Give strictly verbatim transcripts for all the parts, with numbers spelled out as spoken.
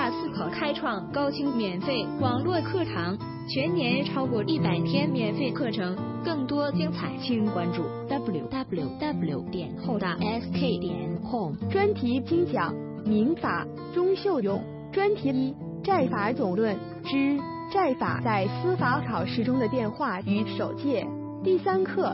甲思考开创高清免费网络课堂，全年超过一百天免费课程，更多精彩请关注 w w w 点后大 s k 点 home。 专题精讲民法钟秀勇。专题一：债法总论之债法在司法考试中的变化与首届。第三课。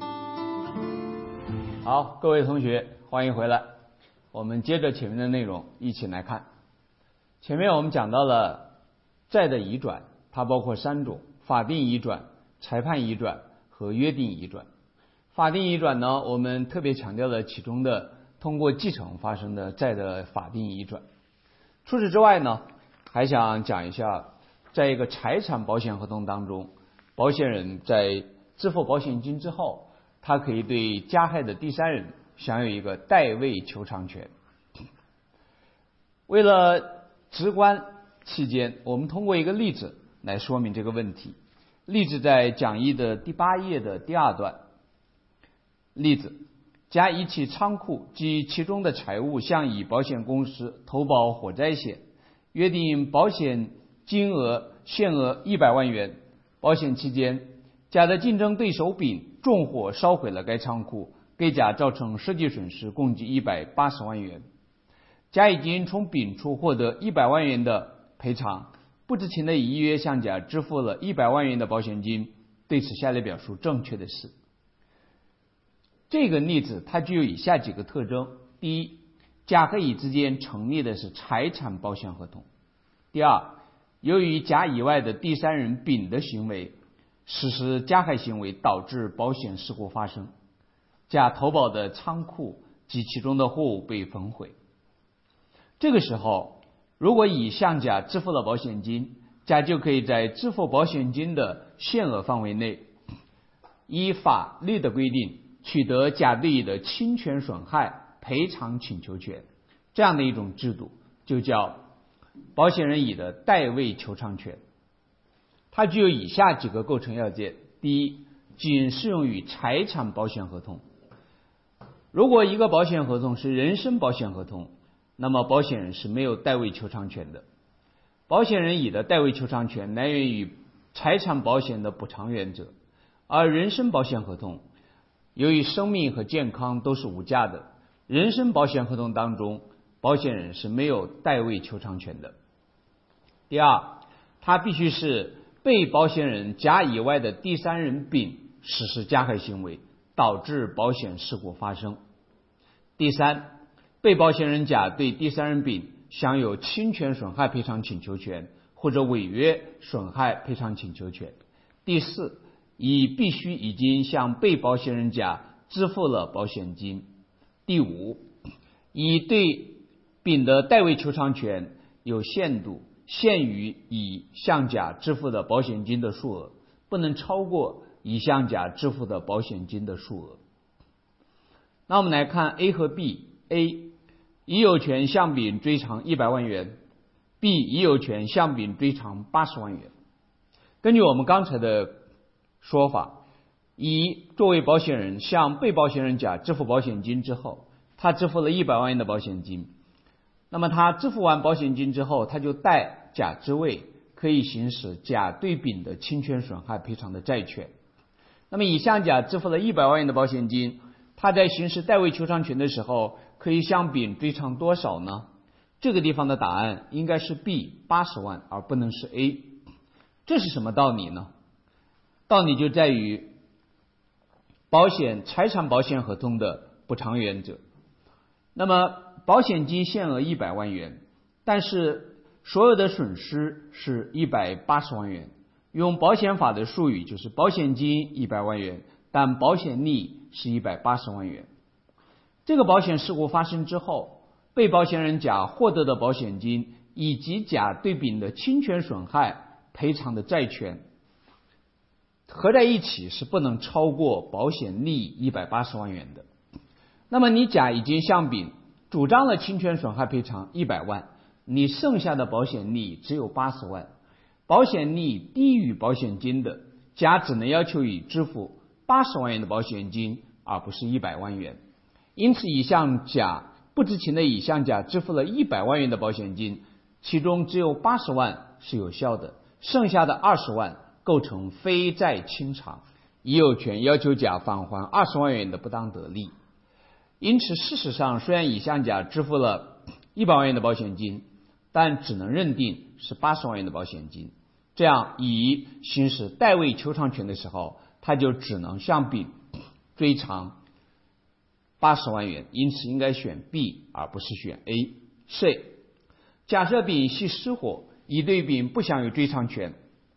好，各位同学，欢迎回来。我们接着前面的内容一起来看。前面我们讲到了债的移转，它包括三种：法定移转、裁判移转和约定移转。法定移转呢，我们特别强调了其中的通过继承发生的债的法定移转。除此之外呢，还想讲一下，在一个财产保险合同当中，保险人在支付保险金之后，他可以对加害的第三人享有一个代位求偿权。为了直观起见，我们通过一个例子来说明这个问题。例子在讲义的第八页的第二段。例子：甲一起仓库及其中的财物向乙保险公司投保火灾险，约定保险金额限额一百万元。保险期间，甲的竞争对手丙纵火烧毁了该仓库，给甲造成实际损失共计一百八十万元。甲已经从丙处获得一百万元的赔偿，不知情的乙依约向甲支付了一百万元的保险金。对此下列表述正确的是。这个例子它具有以下几个特征：第一，甲和乙之间成立的是财产保险合同；第二，由于甲以外的第三人丙的行为实施加害行为，导致保险事故发生，甲投保的仓库及其中的货物被焚毁。这个时候，如果乙向甲支付了保险金，甲就可以在支付保险金的限额范围内，依法律的规定取得甲对乙的侵权损害赔偿请求权。这样的一种制度就叫保险人乙的代位求偿权。它具有以下几个构成要件：第一，仅适用于财产保险合同。如果一个保险合同是人身保险合同，那么保险人是没有代位求偿权的。保险人乙的代位求偿权来源于财产保险的补偿原则，而人身保险合同由于生命和健康都是无价的，人身保险合同当中，保险人是没有代位求偿权的。第二，它必须是被保险人甲以外的第三人丙实施加害行为，导致保险事故发生。第三，被保险人甲对第三人丙享有侵权损害赔偿请求权或者违约损害赔偿请求权。第四，乙必须已经向被保险人甲支付了保险金。第五，乙对丙的代位求偿权有限度，限于乙向甲支付的保险金的数额，不能超过乙向甲支付的保险金的数额。那我们来看 A 和 B。A 乙有权向丙追偿一百万元， B 乙有权向丙追偿八十万元。根据我们刚才的说法，乙作为保险人向被保险人甲支付保险金之后，他支付了一百万元的保险金。那么他支付完保险金之后，他就代甲之位，可以行使甲对丙的侵权损害赔偿的债权。那么乙向甲支付了一百万元的保险金，他在行使代位求偿权的时候，可以向丙追偿多少呢？这个地方的答案应该是 B 八十万，而不能是 A。 这是什么道理呢？道理就在于保险财产保险合同的补偿原则。那么保险金限额一百万元，但是所有的损失是一百八十万元。用保险法的术语就是保险金一百万元，但保险利是一百八十万元。这个保险事故发生之后，被保险人甲获得的保险金以及甲对丙的侵权损害赔偿的债权合在一起是不能超过保险利一百八十万元的。那么你甲已经向丙主张了侵权损害赔偿一百万，你剩下的保险利只有八十万，保险利低于保险金的，甲只能要求乙支付八十万元的保险金，而不是一百万元。因此乙向甲不知情的乙向甲支付了一百万元的保险金， 其中只有八十万是有效的，剩下的二十万构成非债清偿，乙有权要求甲返还二十万元的不当得利。因此事实上，虽然乙向甲支付了一百万元的保险金，但只能认定是八十万元的保险金。这样乙行使代位求偿权的时候，他就只能向丙追偿八十万元，因此应该选 B 而不是选 A。 C， 假设丙系失火，乙对丙不享有追偿权。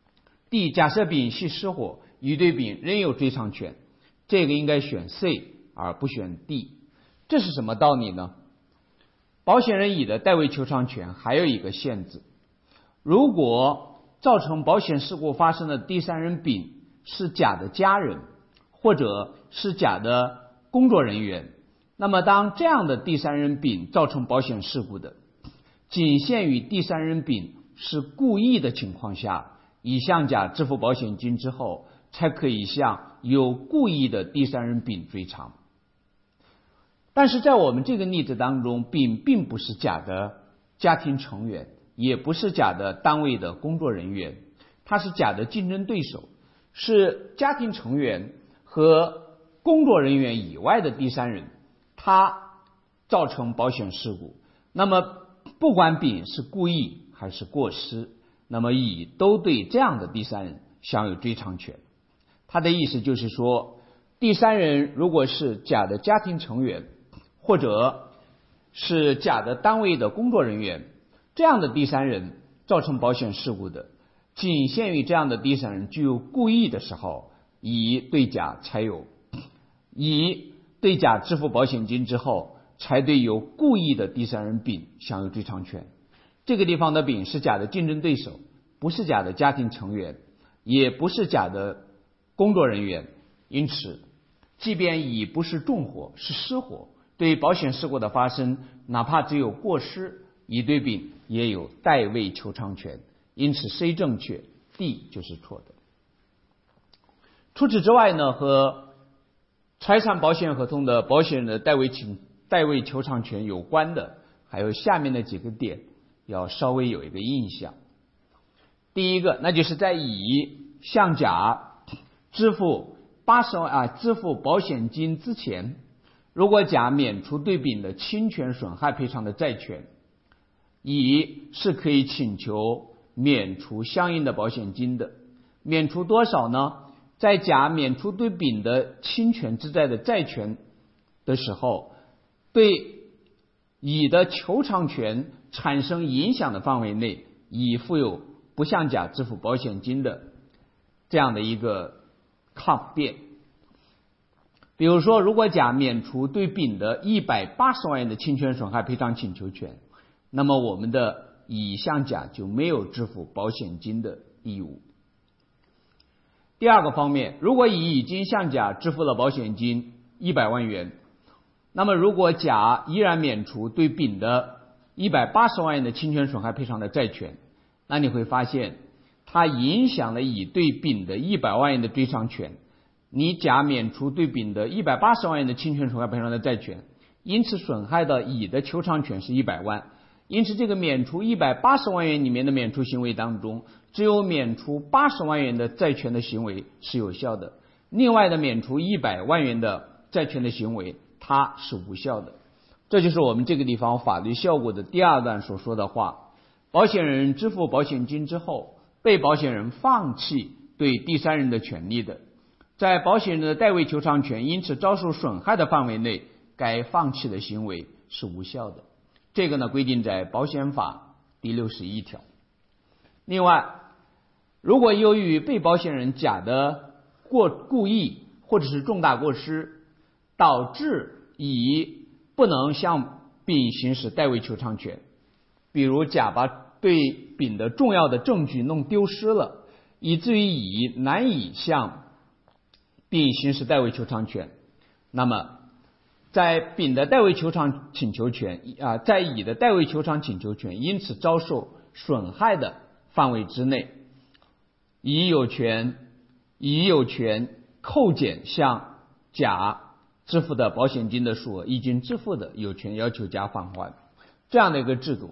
D， 假设丙系失火，乙对丙仍有追偿权，这个应该选 C 而不选 D。 这是什么道理呢？保险人乙的代位求偿权还有一个限制，如果造成保险事故发生的第三人丙是甲的家人或者是甲的工作人员，那么当这样的第三人丙造成保险事故的，仅限于第三人丙是故意的情况下，乙向甲支付保险金之后，才可以向有故意的第三人丙追偿。但是在我们这个例子当中，丙并不是甲的家庭成员，也不是甲的单位的工作人员，他是甲的竞争对手，是家庭成员和工作人员以外的第三人，他造成保险事故。那么不管丙是故意还是过失，那么乙都对这样的第三人享有追偿权。他的意思就是说，第三人如果是甲的家庭成员或者是甲的单位的工作人员，这样的第三人造成保险事故的，仅限于这样的第三人具有故意的时候，乙对甲才有，乙对甲支付保险金之后，才对有故意的第三人丙享有追偿权。这个地方的丙是甲的竞争对手，不是甲的家庭成员，也不是甲的工作人员，因此即便乙不是重火是失火，对保险事故的发生，哪怕只有过失，乙对丙也有代位求偿权。因此 C 正确， D 就是错的。除此之外呢，和财产保险合同的保险人的代位请代位求偿权有关的还有下面的几个点，要稍微有一个印象。第一个，那就是在乙向甲支付八十万啊支付保险金之前，如果甲免除对丙的侵权损害赔偿的债权，乙是可以请求免除相应的保险金的。免除多少呢？在甲免除对丙的侵权之债的债权的时候，对乙的求偿权产生影响的范围内，乙负有不向甲支付保险金的这样的一个抗辩。比如说，如果甲免除对丙的一百八十万元的侵权损害赔偿请求权，那么我们的乙向甲就没有支付保险金的义务。第二个方面，如果乙已经向甲支付了保险金一百万元，那么如果甲依然免除对丙的一百八十万元的侵权损害赔偿的债权，那你会发现它影响了乙对丙的一百万元的追偿权。你甲免除对丙的一百八十万元的侵权损害赔偿的债权，因此损害的乙的求偿权是一百万。因此这个免除一百八十万元里面的免除行为当中，只有免除八十万元的债权的行为是有效的，另外的免除一百万元的债权的行为它是无效的。这就是我们这个地方法律效果的第二段所说的话，保险人支付保险金之后，被保险人放弃对第三人的权利的，在保险人的代位求偿权因此遭受损害的范围内，该放弃的行为是无效的。这个呢规定在保险法第六十一条。另外，如果由于被保险人甲的过故意或者是重大过失，导致乙不能向丙行使代位求偿权，比如甲把对丙的重要的证据弄丢失了，以至于乙难以向丙行使代位求偿权，那么在丙的代位求偿请求权啊，在乙的代位求偿请求权因此遭受损害的范围之内，乙有权乙有权扣减向甲支付的保险金的数额，已经支付的有权要求甲返还。这样的一个制度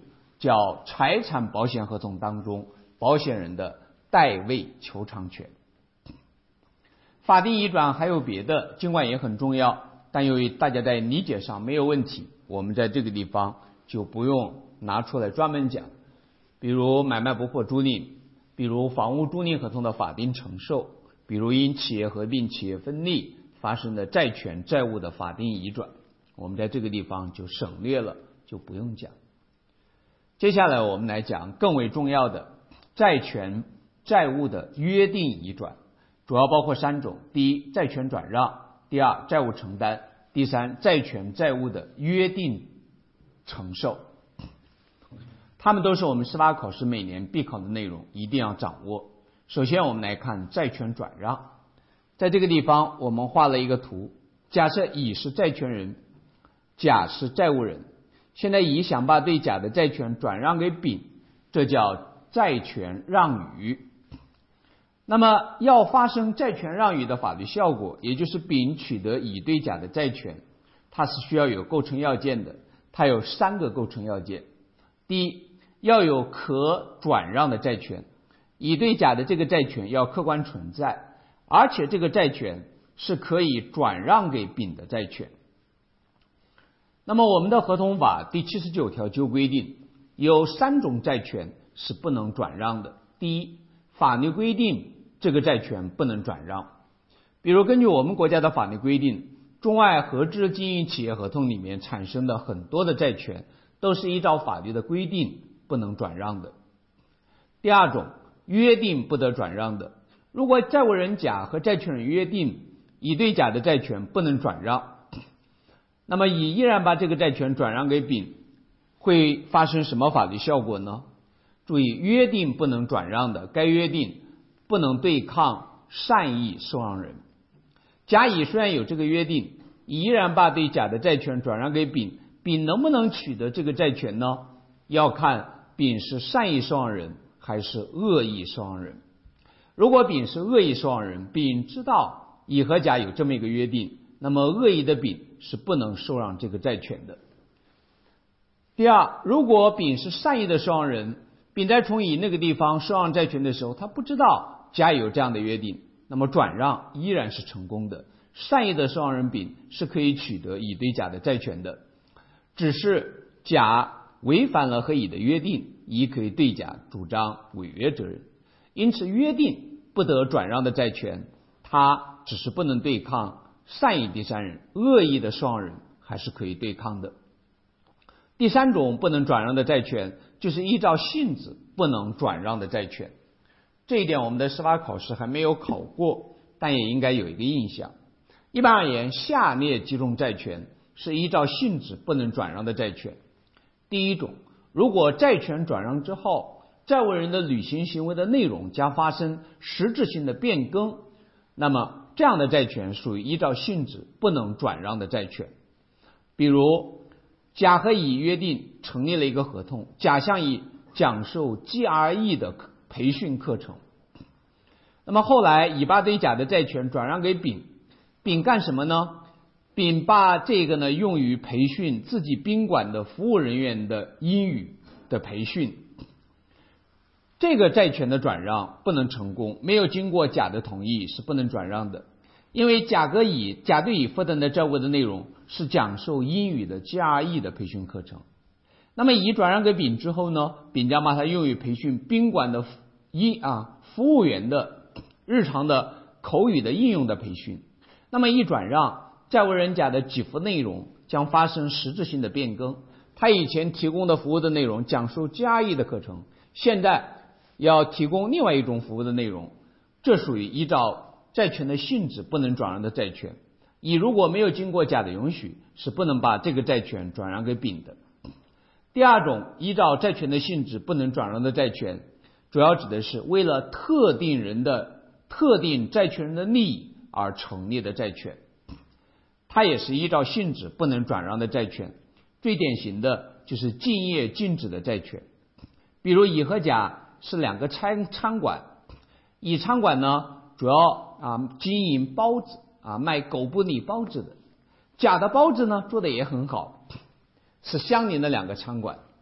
叫财产保险合同当中保险人的代位求偿权。法定移转还有别的，尽管也很重要，但由于大家在理解上没有问题，我们在这个地方就不用拿出来专门讲。比如买卖不破租赁，比如房屋租赁合同的法定承受，比如因企业合并、企业分立发生的债权债务的法定移转，我们在这个地方就省略了，就不用讲。接下来我们来讲更为重要的债权债务的约定移转，主要包括三种：第一，债权转让；第二，债务承担；第三，债权债务的约定承受。它们都是我们司法考试每年必考的内容，一定要掌握。首先我们来看债权转让，在这个地方我们画了一个图，假设乙是债权人，甲是债务人，现在乙想把对甲的债权转让给丙，这叫债权让与。那么要发生债权让与的法律效果，也就是丙取得乙对甲的债权，它是需要有构成要件的，它有三个构成要件。第一，要有可转让的债权，乙对甲的这个债权要客观存在，而且这个债权是可以转让给丙的债权。那么我们的合同法第七十九条就规定，有三种债权是不能转让的。第一，法律规定这个债权不能转让，比如根据我们国家的法律规定，中外合资经营企业合同里面产生的很多的债权都是依照法律的规定不能转让的。第二种，约定不得转让的，如果债务人甲和债权人约定乙对甲的债权不能转让，那么乙依然把这个债权转让给丙，会发生什么法律效果呢？注意，约定不能转让的，该约定不能对抗善意受让人。甲乙虽然有这个约定，乙依然把对甲的债权转让给丙，丙能不能取得这个债权呢？要看丙是善意受让人还是恶意受让人。如果丙是恶意受让人，丙知道乙和甲有这么一个约定，那么恶意的丙是不能受让这个债权的。第二，如果丙是善意的受让人，丙在从乙那个地方受让债权的时候，他不知道甲有这样的约定，那么转让依然是成功的，善意的受让人丙是可以取得乙对甲的债权的，只是甲违反了和乙的约定，乙可以对甲主张违约责任。因此约定不得转让的债权，它只是不能对抗善意第三人，恶意的受让人还是可以对抗的。第三种不能转让的债权，就是依照性质不能转让的债权。这一点我们的司法考试还没有考过，但也应该有一个印象。一般而言，下列几种债权是依照性质不能转让的债权。第一种，如果债权转让之后，债务人的履行行为的内容将发生实质性的变更，那么这样的债权属于依照性质不能转让的债权。比如甲和乙约定成立了一个合同，甲向乙讲授 G R E 的培训课程，那么后来乙把对甲的债权转让给丙，丙干什么呢？丙把这个呢用于培训自己宾馆的服务人员的英语的培训。这个债权的转让不能成功，没有经过甲的同意是不能转让的，因为甲和乙甲对乙负担的债务的内容是讲授英语的 G R E 的培训课程。那么乙转让给丙之后呢，丙将把它用于培训宾馆的一啊服务员的日常的口语的应用的培训。那么一转让，债务人甲的给付内容将发生实质性的变更，他以前提供的服务的内容讲授 G R E 的课程，现在要提供另外一种服务的内容，这属于依照债权的性质不能转让的债权。乙如果没有经过甲的允许，是不能把这个债权转让给丙的。第二种依照债权的性质不能转让的债权，主要指的是为了特定人的特定债权人的利益而成立的债权，它也是依照性质不能转让的债权。最典型的就是竞业禁止的债权，比如乙和甲是两个餐餐馆，乙餐馆呢主要啊经营包子啊卖狗不理包子的，甲的包子呢做的也很好，是相邻的两个餐馆。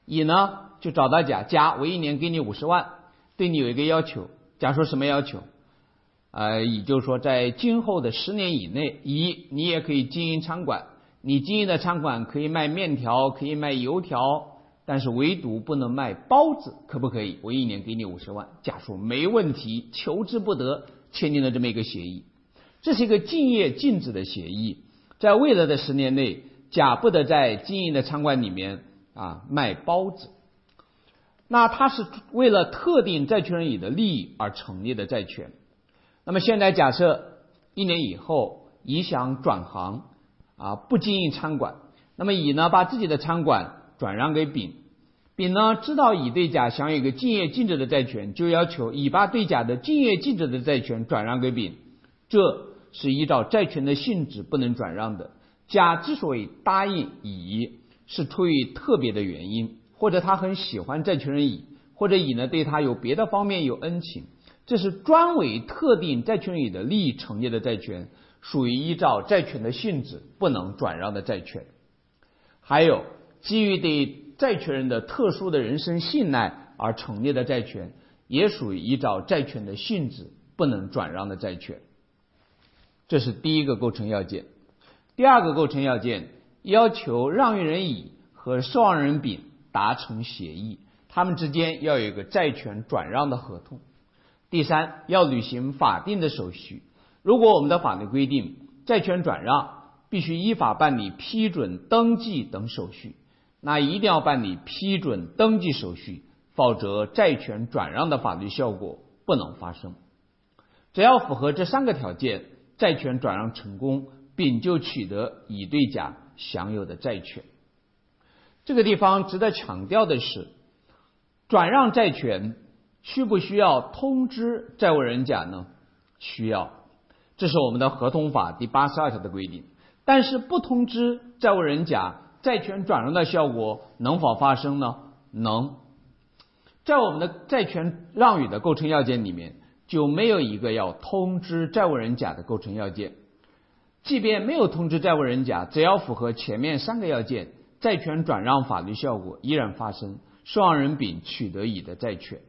乙呢就找到甲，甲我一年给你五十万，对你有一个要求。甲说什么要求？呃，乙就说在今后的十年以内，乙你也可以经营餐馆，你经营的餐馆可以卖面条，可以卖油条，但是唯独不能卖包子，可不可以？我一年给你五十万。甲说没问题，求之不得，签订了这么一个协议。这是一个竞业禁止的协议，在未来的十年内，甲不得在经营的餐馆里面啊卖包子。那他是为了特定债权人乙的利益而成立的债权。那么现在假设一年以后，乙想转行啊，不经营餐馆，那么乙呢把自己的餐馆转让给丙，丙呢知道乙对甲享有一个竞业禁止的债权，就要求乙把对甲的竞业禁止的债权转让给丙，这是依照债权的性质不能转让的。甲之所以答应乙，是出于特别的原因，或者他很喜欢债权人乙，或者乙呢对他有别的方面有恩情，这是专为特定债权人乙的利益成立的债权，属于依照债权的性质不能转让的债权。还有基于对债权人的特殊的人身信赖而成立的债权，也属于依照债权的性质不能转让的债权。这是第一个构成要件。第二个构成要件，要求让与人乙和受让人丙达成协议，他们之间要有一个债权转让的合同。第三，要履行法定的手续。如果我们的法律规定债权转让必须依法办理批准、登记等手续，那一定要办理批准、登记手续，否则债权转让的法律效果不能发生。只要符合这三个条件，债权转让成功，丙就取得乙对甲享有的债权。这个地方值得强调的是，转让债权需不需要通知债务人甲呢？需要，这是我们的合同法第八十二条的规定。但是不通知债务人甲，债权转让的效果能否发生呢？能。在我们的债权让与的构成要件里面，就没有一个要通知债务人甲的构成要件。即便没有通知债务人甲，只要符合前面三个要件，债权转让法律效果依然发生，受让人丙取得乙的债权。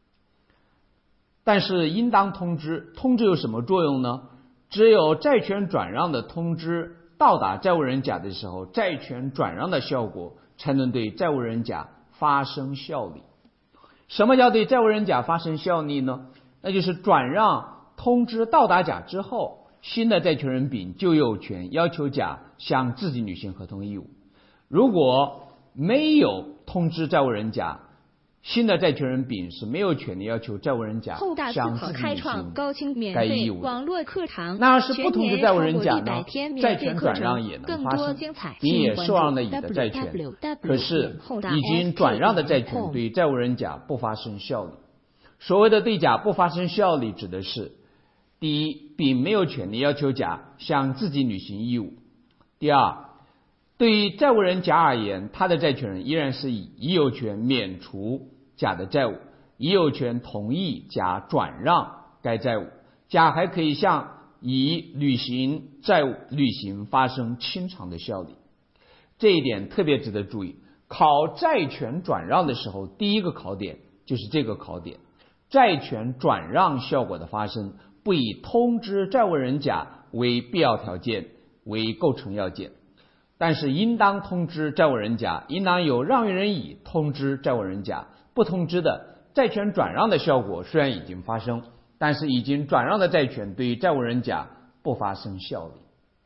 但是应当通知，通知有什么作用呢？只有债权转让的通知到达债务人甲的时候，债权转让的效果才能对债务人甲发生效力。什么叫对债务人甲发生效力呢？那就是转让通知到达甲之后，新的债权人丙就有权要求甲向自己履行合同义务。如果没有通知债务人甲，新的债权人丙是没有权利要求债务人甲向自己履行该义务的。那要是不通知债务人甲呢，债权转让也能发生，丙也受让了乙的债权，可是已经转让的债权对债务人甲不发生效力。所谓的对甲不发生效力，指的是第一，丙没有权利要求甲向自己履行义务；第二，对于债务人甲而言，他的债权人依然是乙，乙有权免除甲的债务，乙有权同意甲转让该债务，甲还可以向乙履行债务履行发生清偿的效力。这一点特别值得注意，考债权转让的时候，第一个考点就是这个考点，债权转让效果的发生不以通知债务人甲为必要条件为构成要件，但是应当通知债务人甲，应当由让与人乙通知债务人甲。不通知的债权转让的效果虽然已经发生，但是已经转让的债权对于债务人甲不发生效力。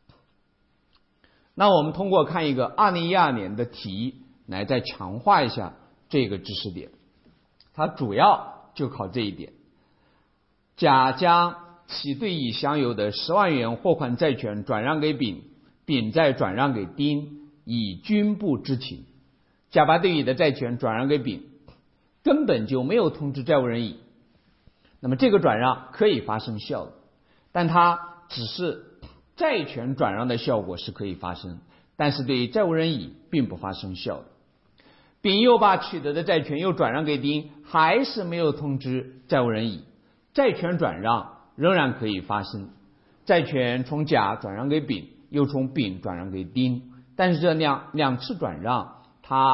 那我们通过看一个二零一二年的题来再强化一下这个知识点，它主要就考这一点。甲将其对乙享有的十万元货款债权转让给丙，丙再转让给丁，乙均不知情。甲把对乙的债权转让给丙，根本就没有通知债务人乙，那么这个转让可以发生效力，但它只是债权转让的效果是可以发生，但是对于债务人乙并不发生效力。丙又把取得的债权又转让给丁，还是没有通知债务人乙，债权转让仍然可以发生，债权从甲转让给丙，又从丙转让给丁，但是这两两次转让它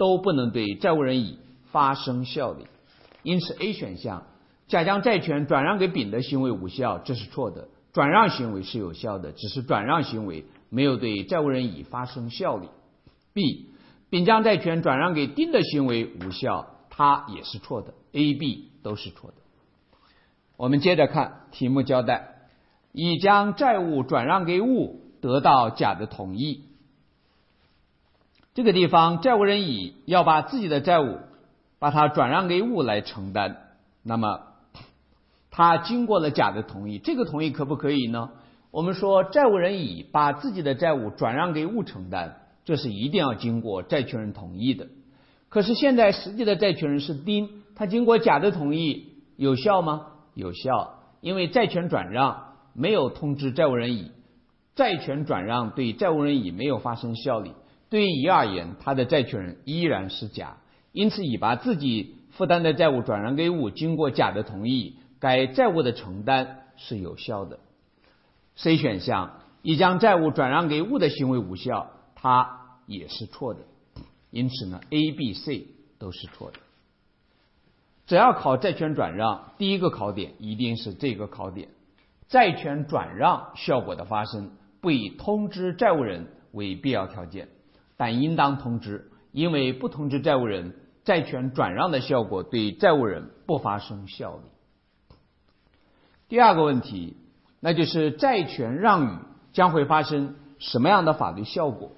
都不能对债务人乙发生效力。因此 A 选项甲将债权转让给丙的行为无效，这是错的。转让行为是有效的，只是转让行为没有对债务人乙发生效力。 B 丙将债权转让给丁的行为无效，它也是错的。 A、B 都是错的。我们接着看题目交代，乙将债务转让给戊，得到甲的同意。这个地方债务人乙要把自己的债务把它转让给戊来承担，那么他经过了甲的同意，这个同意可不可以呢？我们说债务人乙把自己的债务转让给戊承担，这是一定要经过债权人同意的。可是现在实际的债权人是丁，他经过甲的同意有效吗？有效，因为债权转让没有通知债务人乙，债权转让对债务人乙没有发生效力，对于乙而言，他的债权人依然是甲，因此乙把自己负担的债务转让给戊，经过甲的同意，该债务的承担是有效的。 C 选项乙将债务转让给戊的行为无效，它也是错的。因此呢 A、B、C 都是错的。只要考债权转让，第一个考点一定是这个考点：债权转让效果的发生不以通知债务人为必要条件，但应当通知，因为不通知债务人，债权转让的效果对债务人不发生效力。第二个问题，那就是债权让与将会发生什么样的法律效果？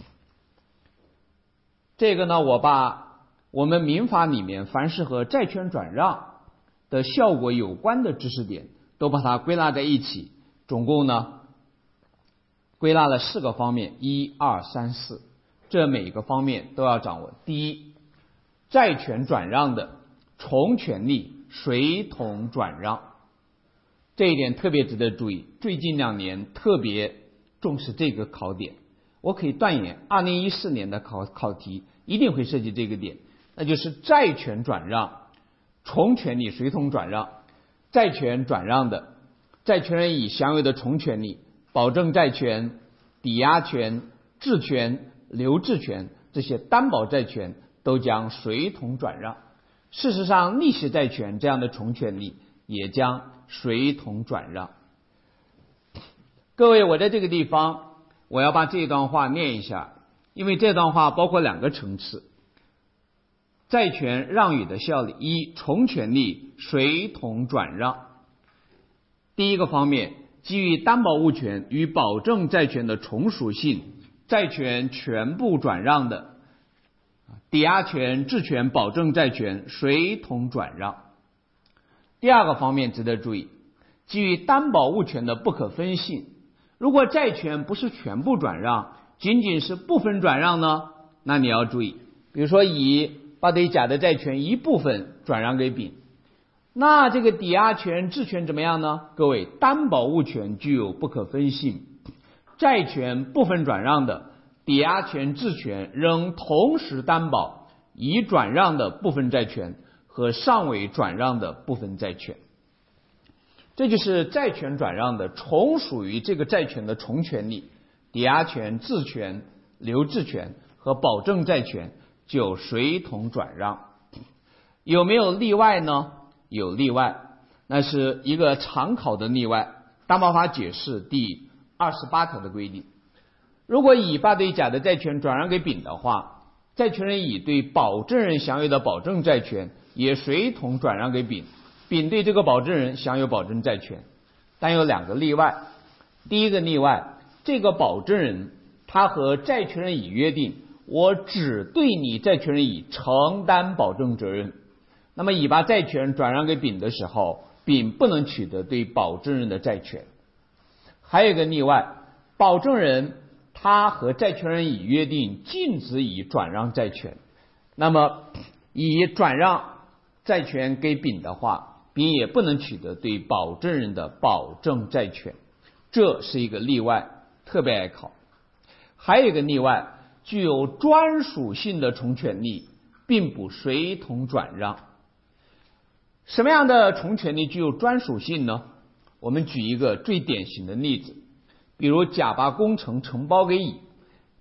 这个呢，我把我们民法里面凡是和债权转让的效果有关的知识点都把它归纳在一起，总共呢归纳了四个方面，一二三四，这每个方面都要掌握。第一，债权转让的从权利随同转让，这一点特别值得注意，最近两年特别重视这个考点。我可以断言二零一四年的考考题一定会涉及这个点，那就是债权转让从权利随同转让。债权转让的债权人乙享有的从权利、保证债权、抵押权、质权、留置权这些担保债权都将随同转让。事实上，利息债权这样的从权利也将随同转让。各位，我在这个地方我要把这段话念一下，因为这段话包括两个层次。债权让与的效力，一，从权利随同转让。第一个方面，基于担保物权与保证债权的从属性，债权全部转让的，抵押权、质权、保证债权随同转让。第二个方面值得注意，基于担保物权的不可分性，如果债权不是全部转让，仅仅是部分转让呢，那你要注意，比如说乙把对甲的债权一部分转让给丙，那这个抵押权、质权怎么样呢？各位，担保物权具有不可分性，债权部分转让的，抵押权、质权仍同时担保已转让的部分债权和尚未转让的部分债权。这就是债权转让的从属于这个债权的从权利，抵押权、质权、留置权和保证债权就随同转让。有没有例外呢？有例外，那是一个常考的例外。担保法解释第二十八条的规定，如果乙把对甲的债权转让给丙的话，债权人乙对保证人享有的保证债权也随同转让给丙，丙对这个保证人享有保证债权。但有两个例外。第一个例外，这个保证人他和债权人乙约定，我只对你债权人乙承担保证责任。那么乙把债权转让给丙的时候，丙不能取得对保证人的债权。还有一个例外，保证人他和债权人乙约定禁止乙转让债权，那么乙转让债权给丙的话，丙也不能取得对保证人的保证债权，这是一个例外，特别爱考。还有一个例外，具有专属性的从权利并不随同转让。什么样的从权利具有专属性呢？我们举一个最典型的例子，比如甲把工程承包给乙，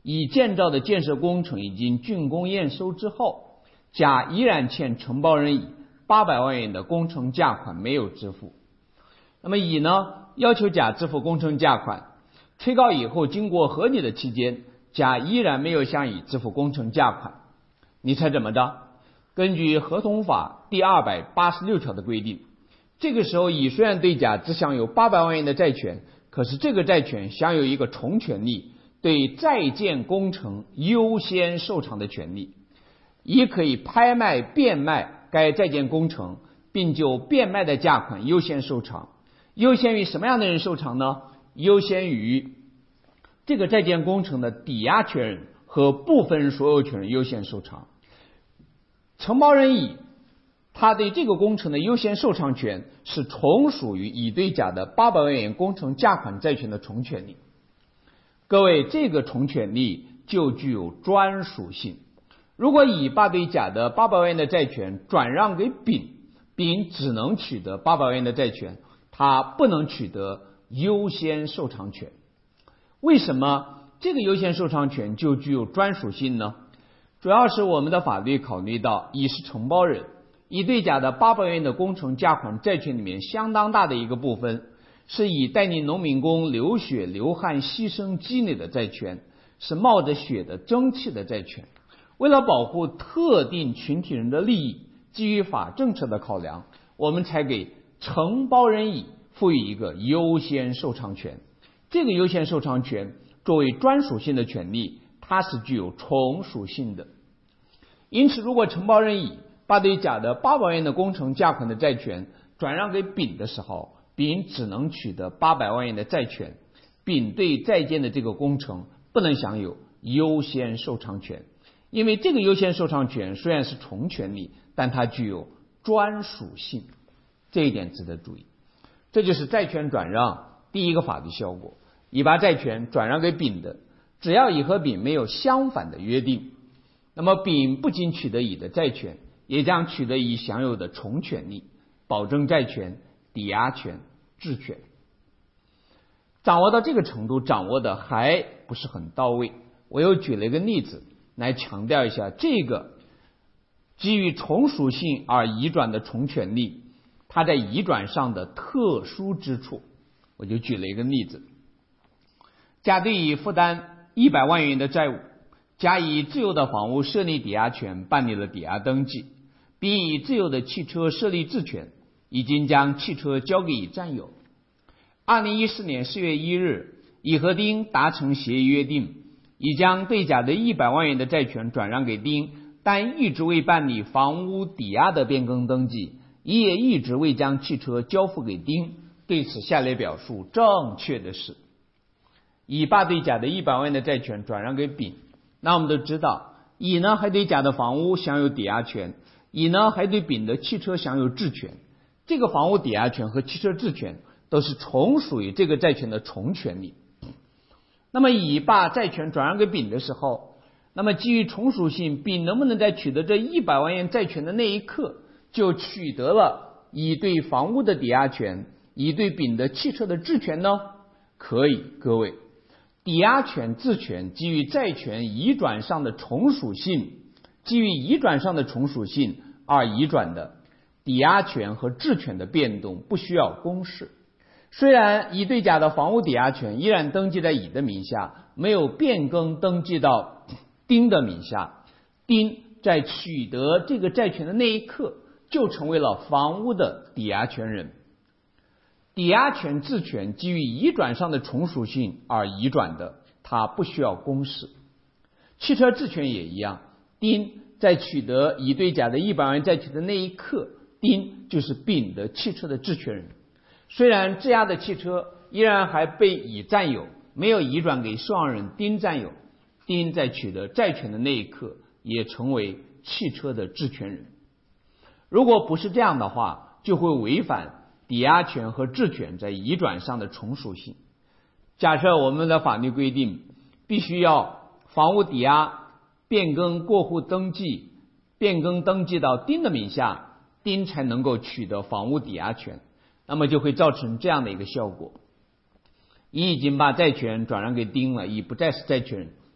乙建造的建设工程已经竣工验收之后，甲依然欠承包人乙八百万元的工程价款没有支付。那么乙呢，要求甲支付工程价款，催告以后经过核拟的期间，甲依然没有向乙支付工程价款。你猜怎么着？根据合同法第二百八十六条的规定，这个时候乙虽然对甲只享有八百万元的债权，可是这个债权享有一个从权利，对在建工程优先受偿的权利。乙可以拍卖变卖该在建工程，并就变卖的价款优先受偿。优先于什么样的人受偿呢？优先于这个在建工程的抵押权人和部分所有权人优先受偿。承包人乙他对这个工程的优先受偿权是从属于乙对甲的八百万元工程价款债权的从权利。各位，这个从权利就具有专属性。如果乙把对甲的八百万元的债权转让给丙，丙只能取得八百万元的债权，他不能取得优先受偿权。为什么这个优先受偿权就具有专属性呢？主要是我们的法律考虑到乙是承包人，乙对甲的八百万元的工程价款债权里面相当大的一个部分是乙带领农民工流血流汗牺牲积累的债权，是冒着血的蒸汽的债权。为了保护特定群体人的利益，基于法政策的考量，我们才给承包人乙赋予一个优先受偿权。这个优先受偿权作为专属性的权利，它是具有从属性的。因此，如果承包人乙把对甲的八百万元的工程价款的债权转让给丙的时候，丙只能取得八百万元的债权，丙对在建的这个工程不能享有优先受偿权。因为这个优先受偿权虽然是从权利，但它具有专属性，这一点值得注意。这就是债权转让第一个法律效果。乙把债权转让给丙的，只要乙和丙没有相反的约定，那么丙不仅取得乙的债权，也将取得乙享有的从权利，保证债权、抵押权、质权。掌握到这个程度，掌握的还不是很到位。我又举了一个例子来强调一下这个基于从属性而移转的从权利，它在移转上的特殊之处。我就举了一个例子，甲对乙负担一百万元的债务，甲以自有的房屋设立抵押权，办理了抵押登记，丙以自有的汽车设立质权，已经将汽车交给乙占有。二零一四年四月一日，乙和丁达成协议约定，乙将对甲的一百万元的债权转让给丁，但一直未办理房屋抵押的变更登记，乙也一直未将汽车交付给丁。对此下列表述正确的是：乙把对甲的一百万元的债权转让给丙，那我们都知道，乙呢还对甲的房屋享有抵押权，乙呢还对丙的汽车享有质权。这个房屋抵押权和汽车质权都是从属于这个债权的从权利。那么乙把债权转让给丙的时候，那么基于从属性，丙能不能在取得这一百万元债权的那一刻就取得了乙对房屋的抵押权，乙对丙的汽车的质权呢？可以，各位，抵押权、质权基于债权移转上的从属性，基于移转上的从属性而移转的抵押权和质权的变动不需要公示。虽然乙对甲的房屋抵押权依然登记在乙的名下，没有变更登记到丁的名下，丁在取得这个债权的那一刻就成为了房屋的抵押权人。抵押权、质权基于移转上的从属性而移转的，它不需要公示。汽车质权也一样，丁在取得乙对甲的一百万债权的那一刻，丁就是丙的汽车的质权人。虽然质押的汽车依然还被乙占有，没有移转给受让人丁占有，丁在取得债权的那一刻也成为汽车的质权人。如果不是这样的话，就会违反抵押权和质权在移转上的从属性。假设我们的法律规定必须要房屋抵押变更过户登记，变更登记到丁的名下，丁才能够取得房屋抵押权，那么就会造成这样的一个效果：乙已经把债权转让给丁了，乙不再是债权人，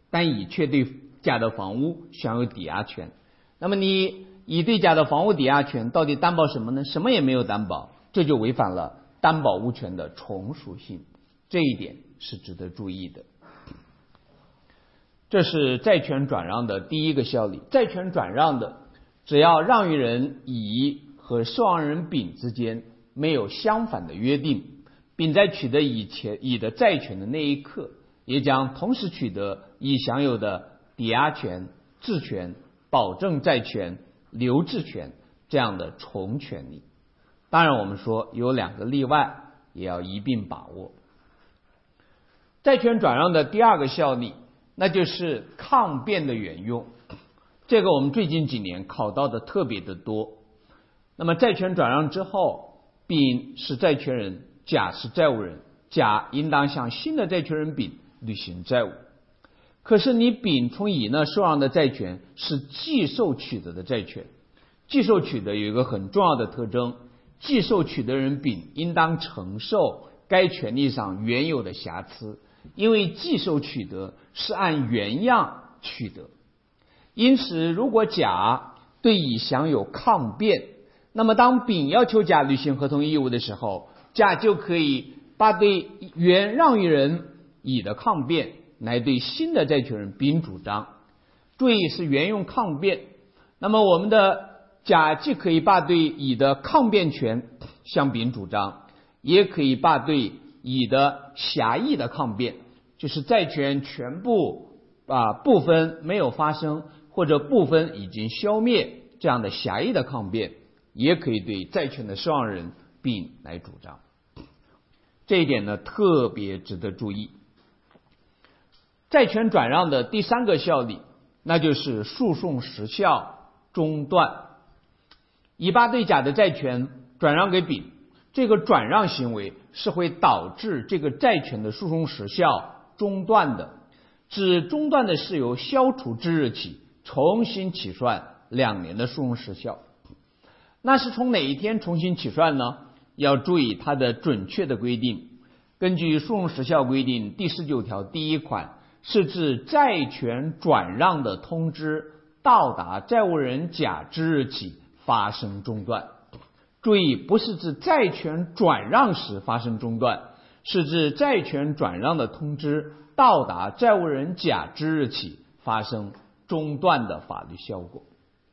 但乙却对甲的房屋享有抵押权。那么你乙对甲的房屋抵押权到底担保什么呢？什么也没有担保，这就违反了担保物权的从属性，这一点是值得注意的。这是债权转让的第一个效力。债权转让的，只要让与人乙和受让人丙之间没有相反的约定，并在取得乙前乙的债权的那一刻，也将同时取得乙享有的抵押权、质权、保证债权、留置权这样的从权利。当然我们说有两个例外，也要一并把握。债权转让的第二个效力，那就是抗辩的原用。这个我们最近几年考到的特别的多。那么债权转让之后，丙是债权人，甲是债务人，甲应当向新的债权人丙履行债务。可是你丙从乙呢受让的债权是继受取得的债权，继受取得有一个很重要的特征，继受取得人丙应当承受该权利上原有的瑕疵，因为继受取得是按原样取得。因此如果甲对乙享有抗辩，那么当丙要求甲履行合同义务的时候，甲就可以把对原让与人乙的抗辩来对新的债权人丙主张。注意是原用抗辩，那么我们的甲既可以把对乙的抗辩权向丙主张，也可以把对乙的狭义的抗辩，就是债权全部啊部分没有发生或者部分已经消灭这样的狭义的抗辩，也可以对债权的受让人丙来主张。这一点呢特别值得注意。债权转让的第三个效力，那就是诉讼时效中断。乙把对甲的债权转让给丙，这个转让行为是会导致这个债权的诉讼时效中断的。指中断的是由消除之日起重新起算两年的诉讼时效。那是从哪一天重新起算呢？要注意它的准确的规定。根据诉讼时效规定第十九条第一款，是指债权转让的通知到达债务人甲之日起发生中断。注意，不是指债权转让时发生中断，是指债权转让的通知到达债务人甲之日起发生中断的法律效果。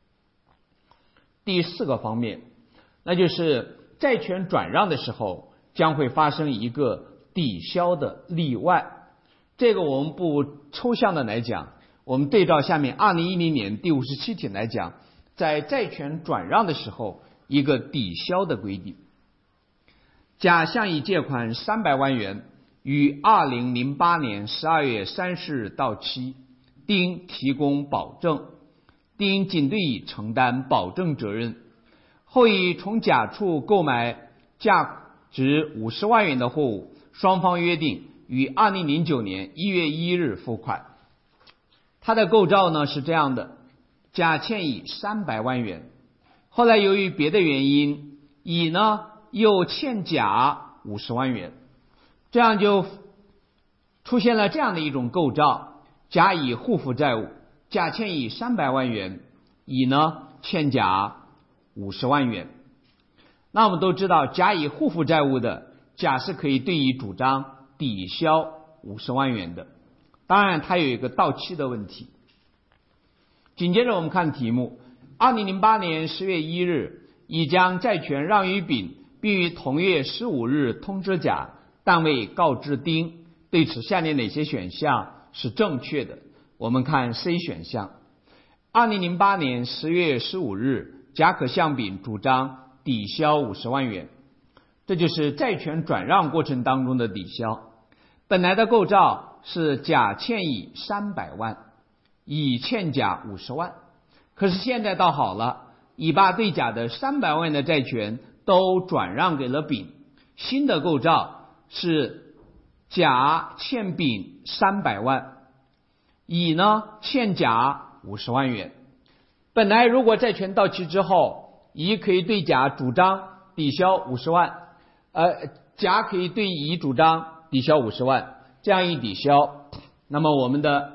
第四个方面，那就是债权转让的时候将会发生一个抵销的例外。这个我们不抽象的来讲，我们对照下面二零一零年第五十七条来讲，在债权转让的时候一个抵销的规定。甲向乙借款三百万元，于二零零八年十二月三十日到期，丁提供保证，丁仅对乙承担保证责任。后乙从甲处购买价值五十万元的货物，双方约定于二零零九年一月一日付款。它的构造呢是这样的：甲欠乙三百万元，后来由于别的原因，乙呢又欠甲五十万元，这样就出现了这样的一种构造：甲乙互负债务，甲欠乙三百万元，乙呢欠甲五十万元。那我们都知道，甲乙互负债务的，甲是可以对乙主张抵销五十万元的。当然它有一个到期的问题。紧接着我们看题目，二零零八年十月一日，乙将债权让与丙，并于同月十五日通知甲，但未告知丁。对此下列哪些选项是正确的？我们看 C 选项。二零零八年十月十五日，甲可向丙主张抵销五十万元，这就是债权转让过程当中的抵销。本来的构造是甲欠乙三百万，乙欠甲五十万，可是现在倒好了，乙把对甲的三百万的债权都转让给了丙。新的构造是甲欠丙三百万，乙呢欠甲五十万元。本来如果债权到期之后，乙可以对甲主张抵销五十万，呃，甲可以对乙主张抵销五十万，这样一抵销，那么我们的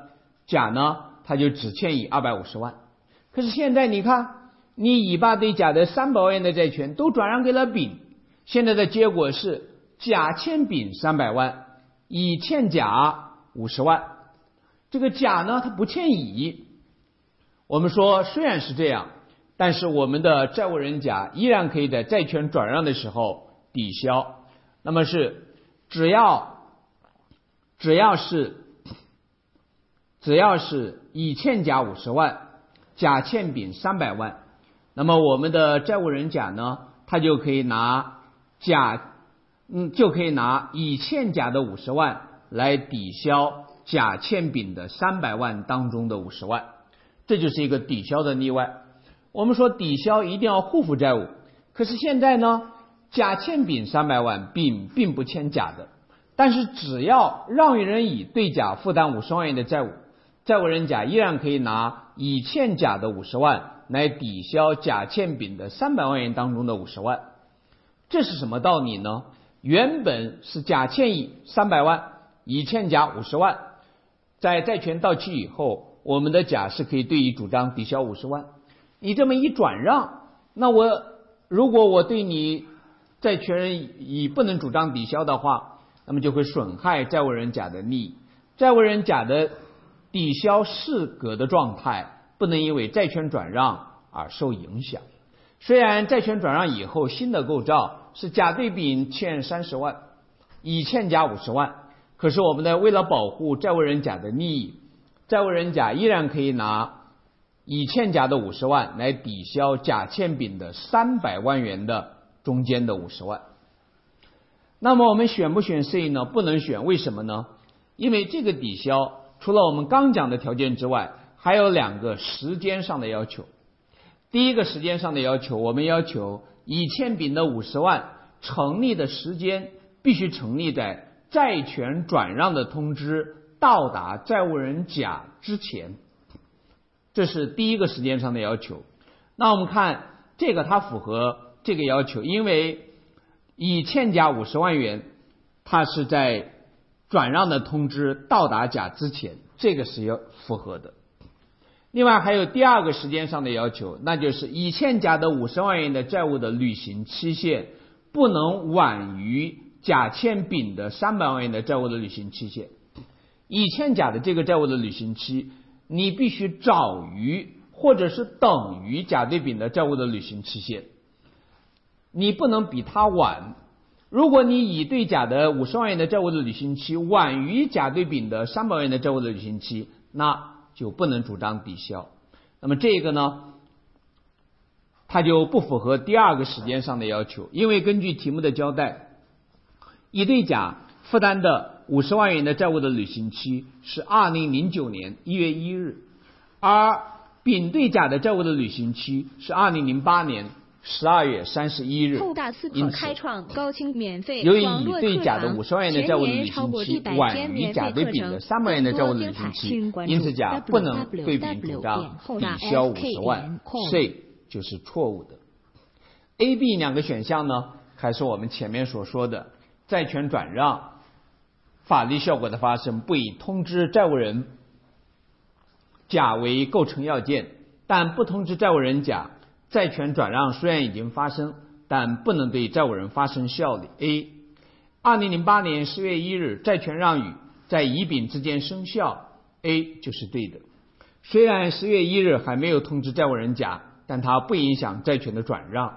甲呢他就只欠乙二百五十万。可是现在你看，你乙把对甲的三百万元的债权都转让给了丙，现在的结果是甲欠丙三百万，乙欠甲五十万。这个甲呢他不欠乙，我们说虽然是这样，但是我们的债务人甲依然可以在债权转让的时候抵消。那么是只要只要是只要是乙欠甲五十万，甲欠丙三百万，那么我们的债务人甲呢，他就可以拿甲嗯就可以拿乙欠甲的五十万来抵消甲欠丙的三百万当中的五十万，这就是一个抵消的例外。我们说抵消一定要互负债务，可是现在呢，甲欠丙三百万，丙并不欠甲的，但是只要让与人乙对甲负担五十万元的债务，债务人甲依然可以拿乙欠甲的五十万来抵消甲欠丙的三百万元当中的五十万。这是什么道理呢？原本是甲欠乙三百万，乙欠甲五十万，在债权到期以后，我们的甲是可以对乙主张抵消五十万。你这么一转让，那我如果我对你债权人乙不能主张抵消的话，那么就会损害债务人甲的利益。债务人甲的抵消适格的状态不能因为债权转让而受影响。虽然债权转让以后新的构造是甲对丙欠三十万，乙欠甲五十万，可是我们的为了保护债务人甲的利益，债务人甲依然可以拿乙欠甲的五十万来抵消甲欠丙的三百万元的中间的五十万。那么我们选不选 C 呢？不能选，为什么呢？因为这个抵消除了我们刚讲的条件之外，还有两个时间上的要求。第一个时间上的要求，我们要求乙欠丙的五十万成立的时间必须成立在债权转让的通知到达债务人甲之前，这是第一个时间上的要求。那我们看这个它符合这个要求，因为乙欠甲五十万元，它是在转让的通知到达甲之前，这个是要符合的。另外还有第二个时间上的要求，那就是乙欠甲的五十万元的债务的履行期限不能晚于甲欠丙的三百万元的债务的履行期限。乙欠甲的这个债务的履行期，你必须早于或者是等于甲对丙的债务的履行期限，你不能比他晚。如果你乙对甲的五十万元的债务的履行期晚于甲对丙的三百万元的债务的履行期，那就不能主张抵消。那么这个呢，它就不符合第二个时间上的要求，因为根据题目的交代，乙对甲负担的五十万元的债务的履行期是二零零九年一月一日，而丙对甲的债务的履行期是二零零八年十二月三十一日。 后大思考开创高清免费由于网络乙对甲的课堂五十万元的债务的履全年超过行期一百晚天免于甲对费课程丙的三百元的债务的履行期，因此甲不能对丙主张抵消五十万，这就是错误的。A、B 两个选项呢，还是我们前面所说的债权转让法律效果的发生不以通知债务人甲为构成要件，但不通知债务人甲，债权转让虽然已经发生，但不能对债务人发生效力。 A 二零零八年十月一日债权让与在乙丙之间生效， A 就是对的。虽然十月一日还没有通知债务人甲，但它不影响债权的转让。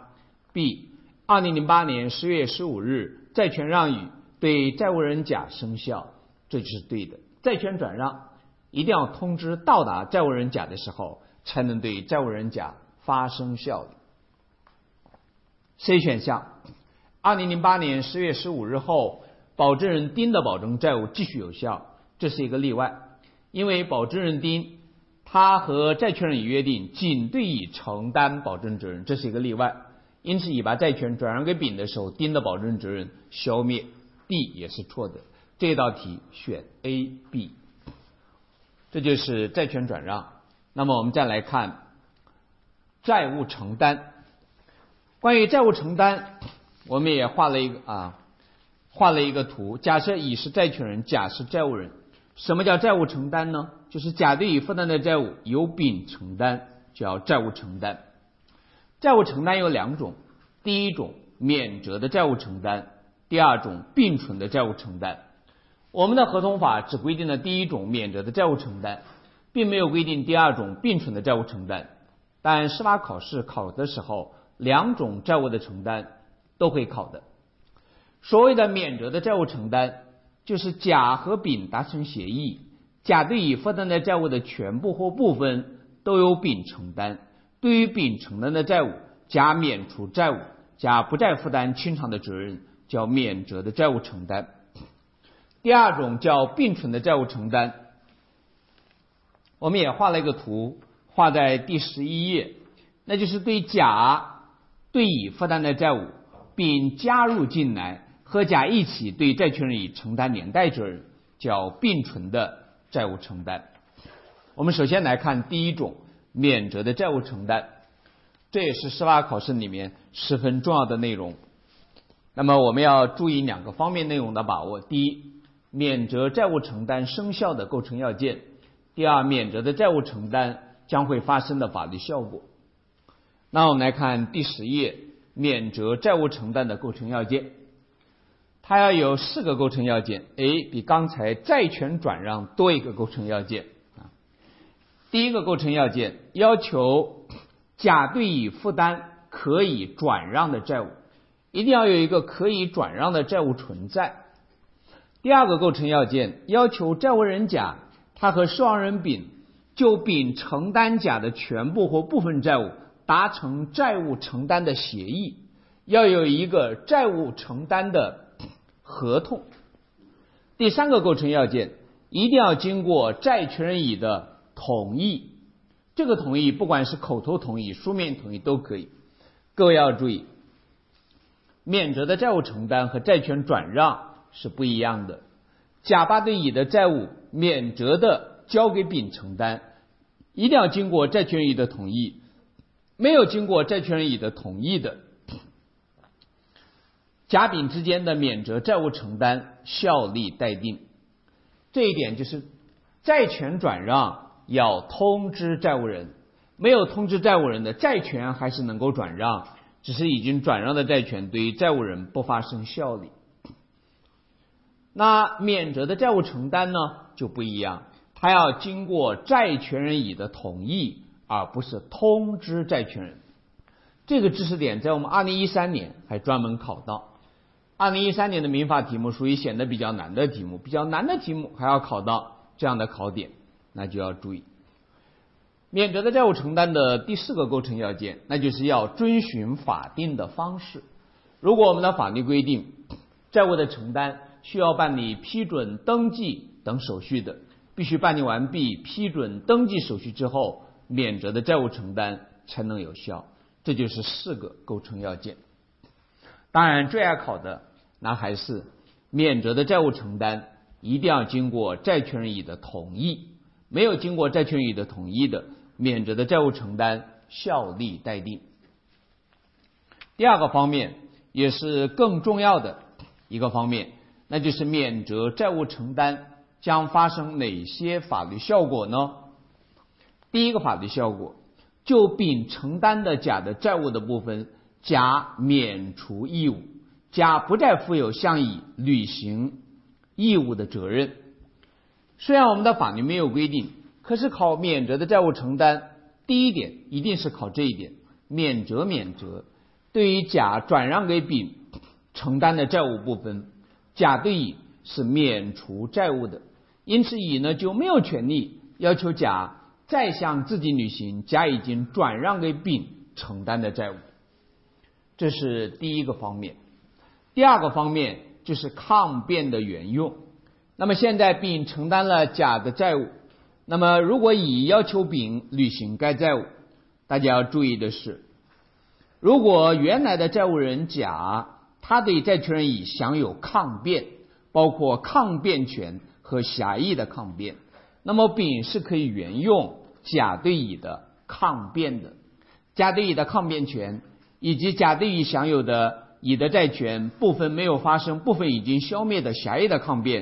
B 二零零八年十月十五日债权让与对债务人甲生效，这就是对的。债权转让一定要通知到达债务人甲的时候，才能对债务人甲发生效力。 C 选项二零零八年十月十五日后，保证人丁的保证债务继续有效，这是一个例外，因为保证人丁他和债权人乙约定仅对乙承担保证责任，这是一个例外，因此乙把债权转让给丙的时候，丁的保证责任消灭。 D 也是错的，这道题选 A、B， 这就是债权转让。那么我们再来看债务承担。关于债务承担，我们也画了一个啊，画了一个图。假设乙是债权人，甲是债务人， 什么叫债务承担呢？就是甲对乙负担的债务由丙承担，叫债务承担。债务承担有两种，第一种免责的债务承担，第二种并存的债务承担。我们的合同法只规定了第一种免责的债务承担，并没有规定第二种并存的债务承担。但司法考试考的时候，两种债务的承担都会考的。所谓的免责的债务承担，就是甲和丙达成协议，甲对乙负担的债务的全部或部分都由丙承担，对于丙承担的债务，甲免除债务，甲不再负担清偿的责任，叫免责的债务承担。第二种叫并存的债务承担，我们也画了一个图，画在第十一页，那就是对甲对乙负担的债务，丙加入进来，和甲一起对债权人乙承担连带责任，叫并存的债务承担。我们首先来看第一种免责的债务承担，这也是司法考试里面十分重要的内容。那么我们要注意两个方面内容的把握：第一，免责债务承担生效的构成要件；第二，免责的债务承担将会发生的法律效果。那我们来看第十页免责债务承担的构成要件，它要有四个构成要件，诶，比刚才债权转让多一个构成要件。第一个构成要件要求甲对乙负担可以转让的债务，一定要有一个可以转让的债务存在。第二个构成要件要求债务人甲他和受让人丙就丙承担甲的全部或部分债务达成债务承担的协议，要有一个债务承担的合同。第三个构成要件一定要经过债权人乙的同意，这个同意不管是口头同意、书面同意都可以。各位要注意，免责的债务承担和债权转让是不一样的。甲八对乙的债务免责的交给丙承担，一定要经过债权人乙的同意，没有经过债权人乙的同意的，甲丙之间的免责债务承担效力待定。这一点就是债权转让要通知债务人，没有通知债务人的债权还是能够转让，只是已经转让的债权对于债务人不发生效力。那免责的债务承担呢就不一样，它要经过债权人乙的同意，而不是通知债权人。这个知识点在我们二零一三年还专门考到。二零一三年的民法题目属于显得比较难的题目，比较难的题目还要考到这样的考点，那就要注意。免责的债务承担的第四个构成要件，那就是要遵循法定的方式。如果我们的法律规定债务的承担需要办理批准、登记等手续的，必须办理完毕批准、登记手续之后，免责的债务承担才能有效。这就是四个构成要件。当然最爱考的那还是免责的债务承担一定要经过债权人乙的同意，没有经过债权人乙的同意的，免责的债务承担效力待定。第二个方面也是更重要的一个方面，那就是免责债务承担将发生哪些法律效果呢？第一个法律效果，就丙承担的甲的债务的部分，甲免除义务，甲不再负有向乙履行义务的责任。虽然我们的法律没有规定，可是考免责的债务承担，第一点一定是考这一点，免责免责，对于甲转让给丙承担的债务部分，甲对乙是免除债务的，因此乙呢就没有权利要求甲再向自己履行甲已经转让给丙承担的债务。这是第一个方面。第二个方面就是抗辩的原用。那么现在丙承担了甲的债务，那么如果乙要求丙履行该债务，大家要注意的是，如果原来的债务人甲他对债权人乙享有抗辩，包括抗辩权和狭义的抗辩，那么丙是可以援用甲对乙的抗辩的。甲对乙的抗辩权以及甲对乙享有的乙的债权部分没有发生、部分已经消灭的狭义的抗辩，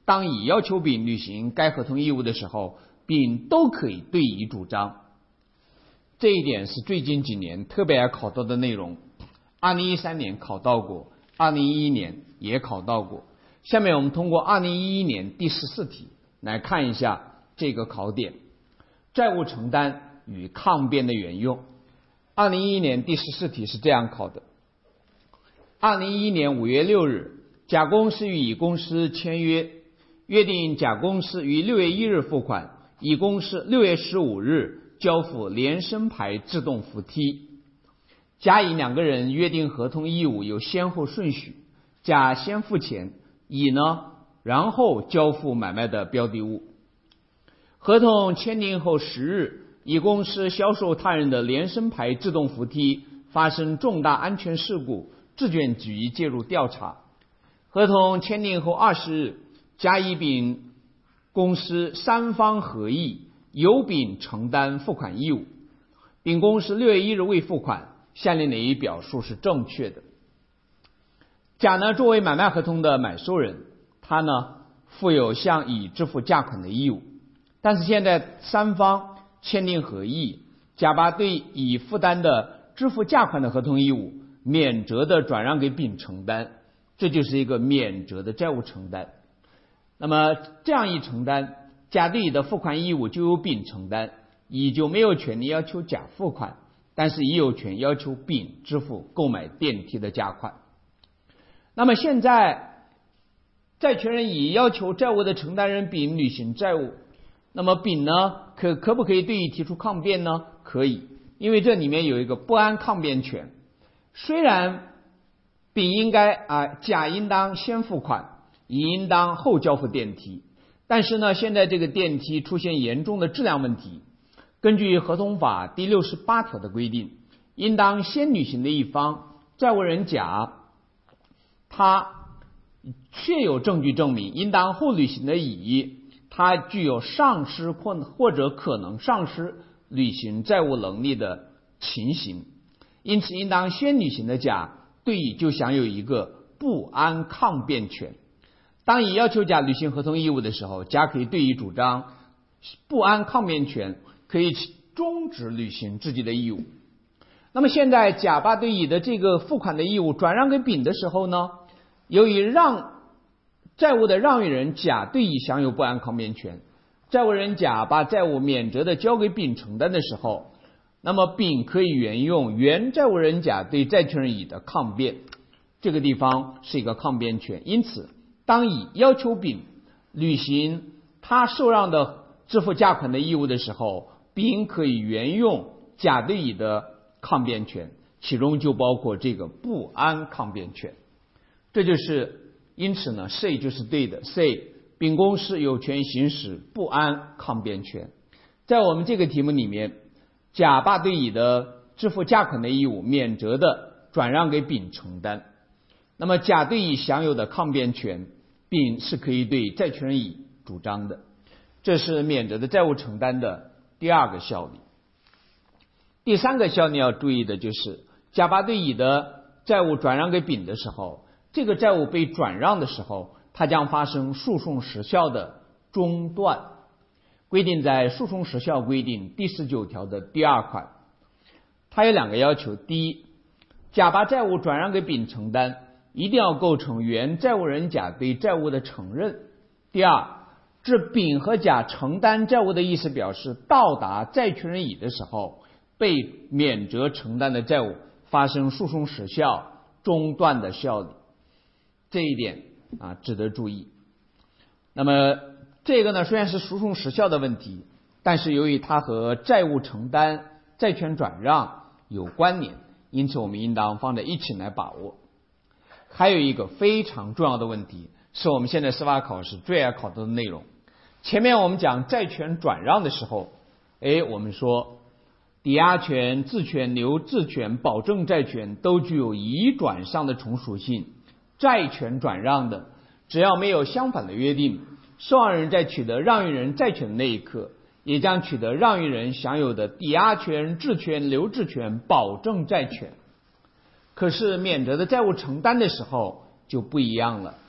当乙要求丙履行该合同义务的时候，丙都可以对乙主张。这一点是最近几年特别爱考到的内容，二零一三年考到过，二零一一年也考到过。下面我们通过二零一一年第十四题来看一下这个考点，债务承担与抗辩的原用。二零一一年第十四题是这样考的：二零一一年五月六日，甲公司与乙公司签约，约定甲公司于六月一日付款，乙公司六月十五日交付连升牌自动扶梯。甲乙两个人约定合同义务有先后顺序，甲先付钱，乙呢然后交付买卖的标的物。合同签订后十日，乙公司销售他人的连升牌自动扶梯发生重大安全事故，质检局介入调查。合同签订后二十日，甲乙丙公司三方合意，由丙承担付款义务。丙公司六月一日未付款，下列哪一表述是正确的？甲呢作为买卖合同的买受人，他呢负有向乙支付价款的义务，但是现在三方签订合意，甲把对乙负担的支付价款的合同义务免责的转让给丙承担，这就是一个免责的债务承担。那么这样一承担，甲对乙的付款义务就由丙承担，乙就没有权利要求甲付款，但是乙有权要求丙支付购买电梯的价款。那么现在债权人乙要求债务的承担人丙履行债务，那么丙呢可可不可以对乙提出抗辩呢？可以，因为这里面有一个不安抗辩权。虽然丙应该啊，甲应当先付款，乙应当后交付电梯，但是呢，现在这个电梯出现严重的质量问题。根据合同法第六十八条的规定，应当先履行的一方，债务人甲，他确有证据证明应当后履行的乙，他具有丧失或或者可能丧失履行债务能力的情形，因此应当先履行的甲对乙就享有一个不安抗辩权。当乙要求甲履行合同义务的时候，甲可以对乙主张不安抗辩权，可以终止履行自己的义务。那么现在甲把对乙的这个付款的义务转让给丙的时候呢，由于让债务的让与人甲对乙享有不安抗辩权，债务人甲把债务免责的交给丙承担的时候，那么丙可以援用原债务人甲对债权人乙的抗辩，这个地方是一个抗辩权。因此当乙要求丙履行他受让的支付价款的义务的时候，丙可以援用甲对乙的抗辩权，其中就包括这个不安抗辩权。这就是因此呢 C 就是对的， C 丙公司有权行使不安抗辩权。在我们这个题目里面，甲把对乙的支付价款的义务免责的转让给丙承担，那么甲对乙享有的抗辩权，丙是可以对债权人乙主张的，这是免责的债务承担的第二个效力。第三个效力要注意的就是，甲把对乙的债务转让给丙的时候，这个债务被转让的时候，它将发生诉讼时效的中断，规定在诉讼时效规定第十九条的第二款。它有两个要求：第一，甲把债务转让给丙承担，一定要构成原债务人甲对债务的承认；第二，至丙和甲承担债务的意思表示到达债权人乙的时候，被免责承担的债务发生诉讼时效中断的效力。这一点啊值得注意。那么这个呢虽然是诉讼时效的问题，但是由于它和债务承担、债权转让有关联，因此我们应当放在一起来把握。还有一个非常重要的问题，是我们现在司法考试最爱考的内容。前面我们讲债权转让的时候，哎，我们说抵押权、质权、留置权、保证债权都具有移转上的从属性。债权转让的，只要没有相反的约定，受让人在取得让与人债权的那一刻，也将取得让与人享有的抵押权、质权、留置权、保证债权。可是免责的债务承担的时候就不一样了，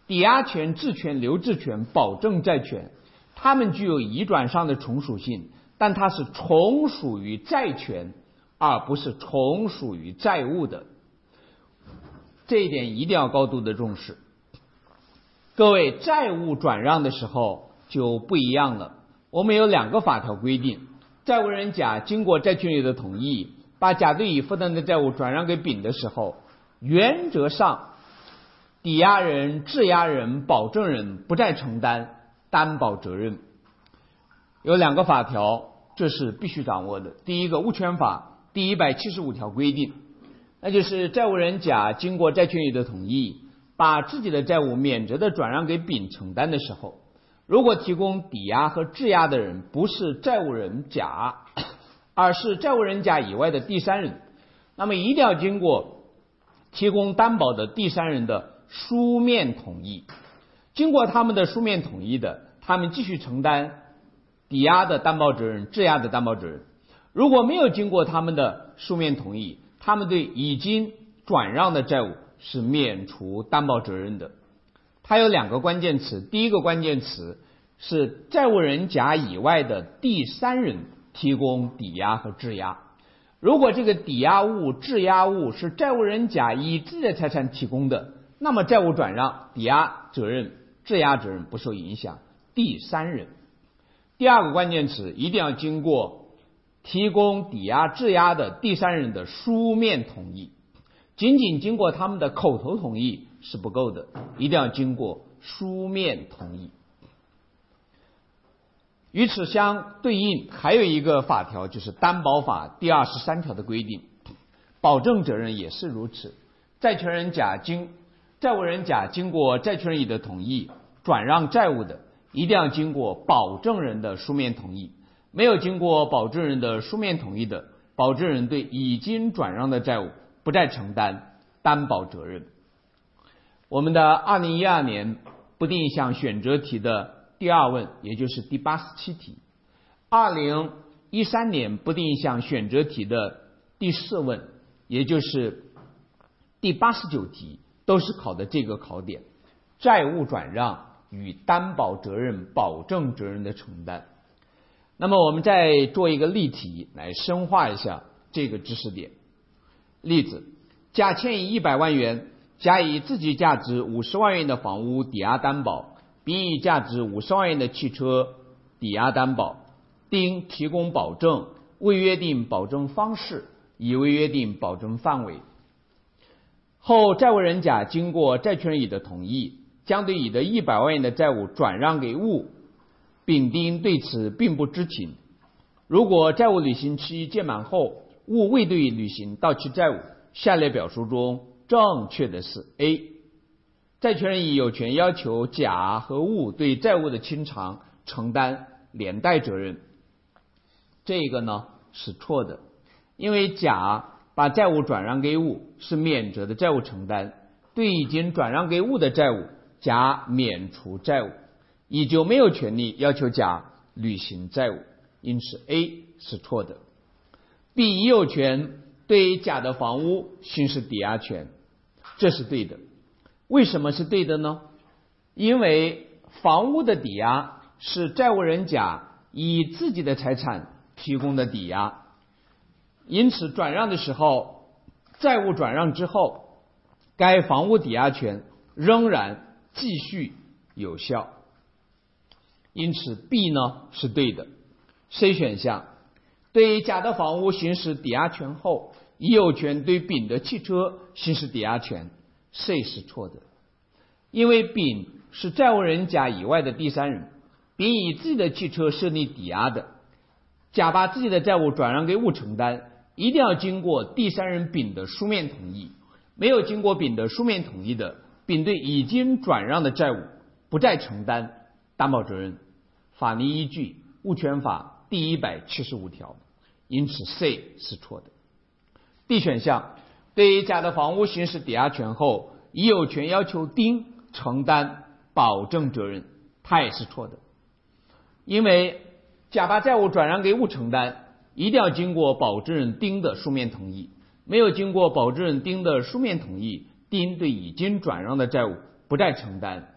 抵押权、质权、留置权、保证债权，它们具有移转上的从属性，但它是从属于债权，而不是从属于债务的。这一点一定要高度的重视。各位，债务转让的时候就不一样了。我们有两个法条规定，债务人甲经过债权人乙的同意，把甲对乙负担的债务转让给丙的时候，原则上抵押人、质押人、保证人不再承担担保责任。有两个法条，这是必须掌握的。第一个，物权法第一百七十五条规定，那就是债务人甲经过债权人乙的同意，把自己的债务免责的转让给丙承担的时候，如果提供抵押和质押的人不是债务人甲，而是债务人甲以外的第三人，那么一定要经过提供担保的第三人的书面同意。经过他们的书面同意的，他们继续承担抵押的担保责任、质押的担保责任。如果没有经过他们的书面同意，他们对已经转让的债务是免除担保责任的。它有两个关键词，第一个关键词是债务人甲以外的第三人提供抵押和质押。如果这个抵押物、质押物是债务人甲以自己的财产提供的，那么债务转让、抵押责任、质押责任不受影响。第三人。第二个关键词一定要经过提供抵押、质押的第三人的书面同意。仅仅经过他们的口头同意是不够的，一定要经过书面同意。与此相对应，还有一个法条，就是担保法第二十三条的规定，保证责任也是如此。债权人甲经债务人甲经过债权人乙的同意转让债务的，一定要经过保证人的书面同意。没有经过保证人的书面同意的，保证人对已经转让的债务不再承担担保责任。我们的二零一二年不定向选择题的第二问，也就是第八十七题，二零一三年不定向选择题的第四问，也就是第八十九题，都是考的这个考点：债务转让与担保责任、保证责任的承担。那么我们再做一个例题来深化一下这个知识点。例子：甲欠乙一百万元，甲以自己价值五十万元的房屋抵押担保，丙以价值五十万元的汽车抵押担保，丁提供保证，未约定保证方式，已未约定保证范围。后债务人甲经过债权人乙的同意，将对乙的一百万元的债务转让给戊，丙丁对此并不知情。如果债务履行期届满后，戊未对履行到期债务，下列表述中正确的是 A。 债权人乙有权要求甲和戊对债务的清偿承担连带责任。这个呢是错的，因为甲把债务转让给戊是免责的债务承担，对已经转让给戊的债务，甲免除债务，乙就没有权利要求甲履行债务，因此 A 是错的。 B 已有权对甲的房屋行使抵押权，这是对的。为什么是对的呢？因为房屋的抵押是债务人甲以自己的财产提供的抵押，因此转让的时候，债务转让之后，该房屋抵押权仍然继续有效，因此 B 呢是对的。 C 选项，对甲的房屋行使抵押权后，乙有权对丙的汽车行使抵押权， C 是错的。因为丙是债务人甲以外的第三人，丙以自己的汽车设立抵押的，甲把自己的债务转让给戊承担，一定要经过第三人丙的书面同意。没有经过丙的书面同意的，丙对已经转让的债务不再承担担保责任。法律依据物权法第一百七十五条，因此 C 是错的。D 选项，对甲的房屋行使抵押权后，乙有权要求丁承担保证责任，它也是错的。因为甲把债务转让给戊承担，一定要经过保证人丁的书面同意。没有经过保证人丁的书面同意，丁对已经转让的债务不再承担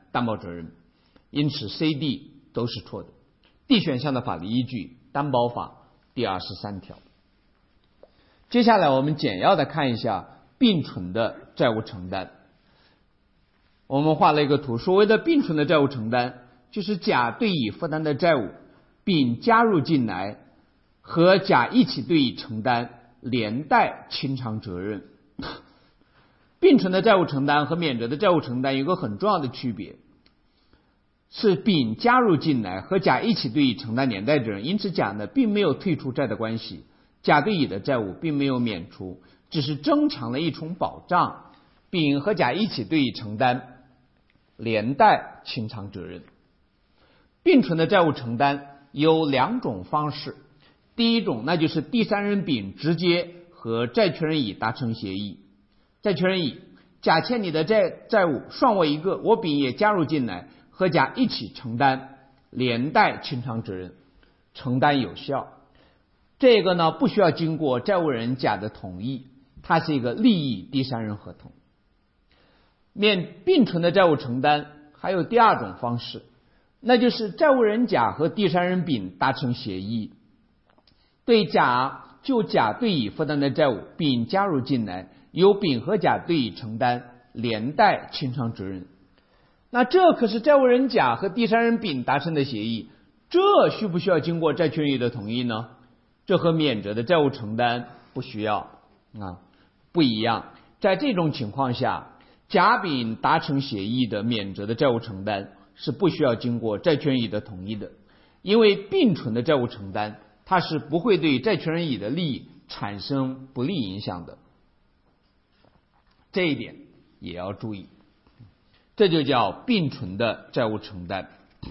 担保责任，因此 C、D 都是错的。D 选项的法律依据担保法第二十三条。接下来我们简要的看一下并存的债务承担。我们画了一个图，所谓的并存的债务承担，就是甲对乙负担的债务，丙加入进来，和甲一起对乙承担，连带清偿责任。并存的债务承担和免责的债务承担有一个很重要的区别，是丙加入进来，和甲一起对乙承担连带责任，因此甲呢并没有退出债的关系，甲对乙的债务并没有免除，只是增强了一重保障，丙和甲一起对乙承担，连带清偿责任。并存的债务承担有两种方式，第一种那就是第三人丙直接和债权人乙达成协议，债权人乙，甲欠你的债债务算我一个，我丙也加入进来，和甲一起承担，连带清偿责任，承担有效。这个呢不需要经过债务人甲的同意，它是一个利益第三人合同。免并存的债务承担还有第二种方式，那就是债务人甲和第三人丙达成协议，对甲就甲对乙负担的债务，丙加入进来，由丙和甲对乙承担，连带清偿责任。那这可是债务人甲和第三人丙达成的协议，这需不需要经过债权人乙的同意呢？这和免责的债务承担不需要啊，不一样。在这种情况下，甲丙达成协议的免责的债务承担是不需要经过债权人乙的同意的，因为并存的债务承担它是不会对债权人乙的利益产生不利影响的，这一点也要注意，这就叫并存的债务承担。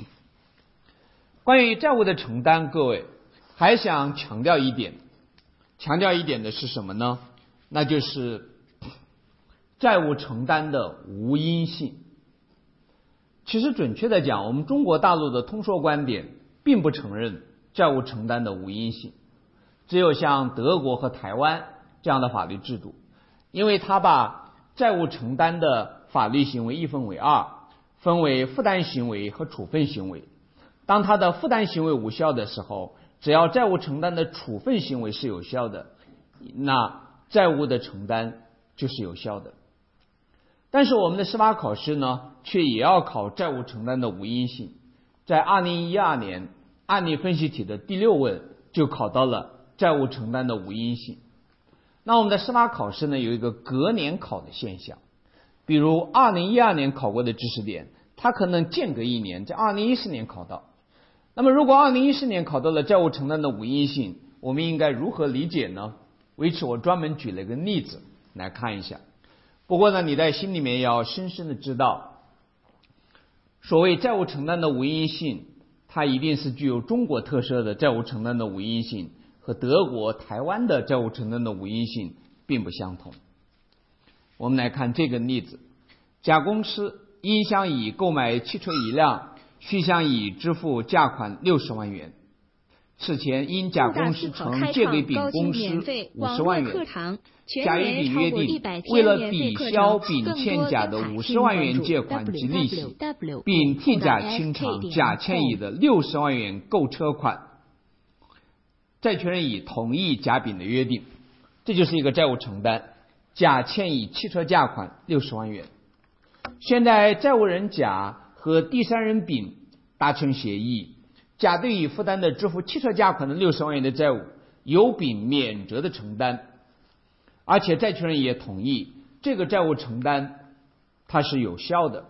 关于债务的承担，各位还想强调一点，强调一点的是什么呢？那就是债务承担的无因性。其实准确的讲，我们中国大陆的通说观点并不承认债务承担的无因性，只有像德国和台湾这样的法律制度，因为它把债务承担的法律行为一分为二，分为负担行为和处分行为。当它的负担行为无效的时候，只要债务承担的处分行为是有效的，那债务的承担就是有效的。但是我们的司法考试呢，却也要考债务承担的无因性。在二零一二年案例分析题的第六问就考到了债务承担的无因性。那我们的司法考试呢，有一个隔年考的现象，比如二零一二年考过的知识点，它可能间隔一年，在二零一四年考到。那么如果二零一四年考到了债务承担的无因性，我们应该如何理解呢？为此我专门举了一个例子来看一下。不过呢，你在心里面要深深的知道，所谓债务承担的无因性，它一定是具有中国特色的债务承担的无因性，和德国、台湾的债务承担的无因性并不相同。我们来看这个例子，甲公司因向乙购买汽车一辆，需向乙支付价款六十万元。此前因甲公司曾借给丙公司五十万元，甲与丙约定，为了抵消丙欠甲的五十万元借款及利息，丙替甲清偿甲欠乙的六十万元购车款。债权人乙同意甲丙的约定，这就是一个债务承担，甲欠乙汽车价款六十万元。现在债务人甲和第三人丙达成协议，甲对乙负担的支付汽车价款的六十万元的债务由丙免责的承担，而且债权人也同意这个债务承担它是有效的。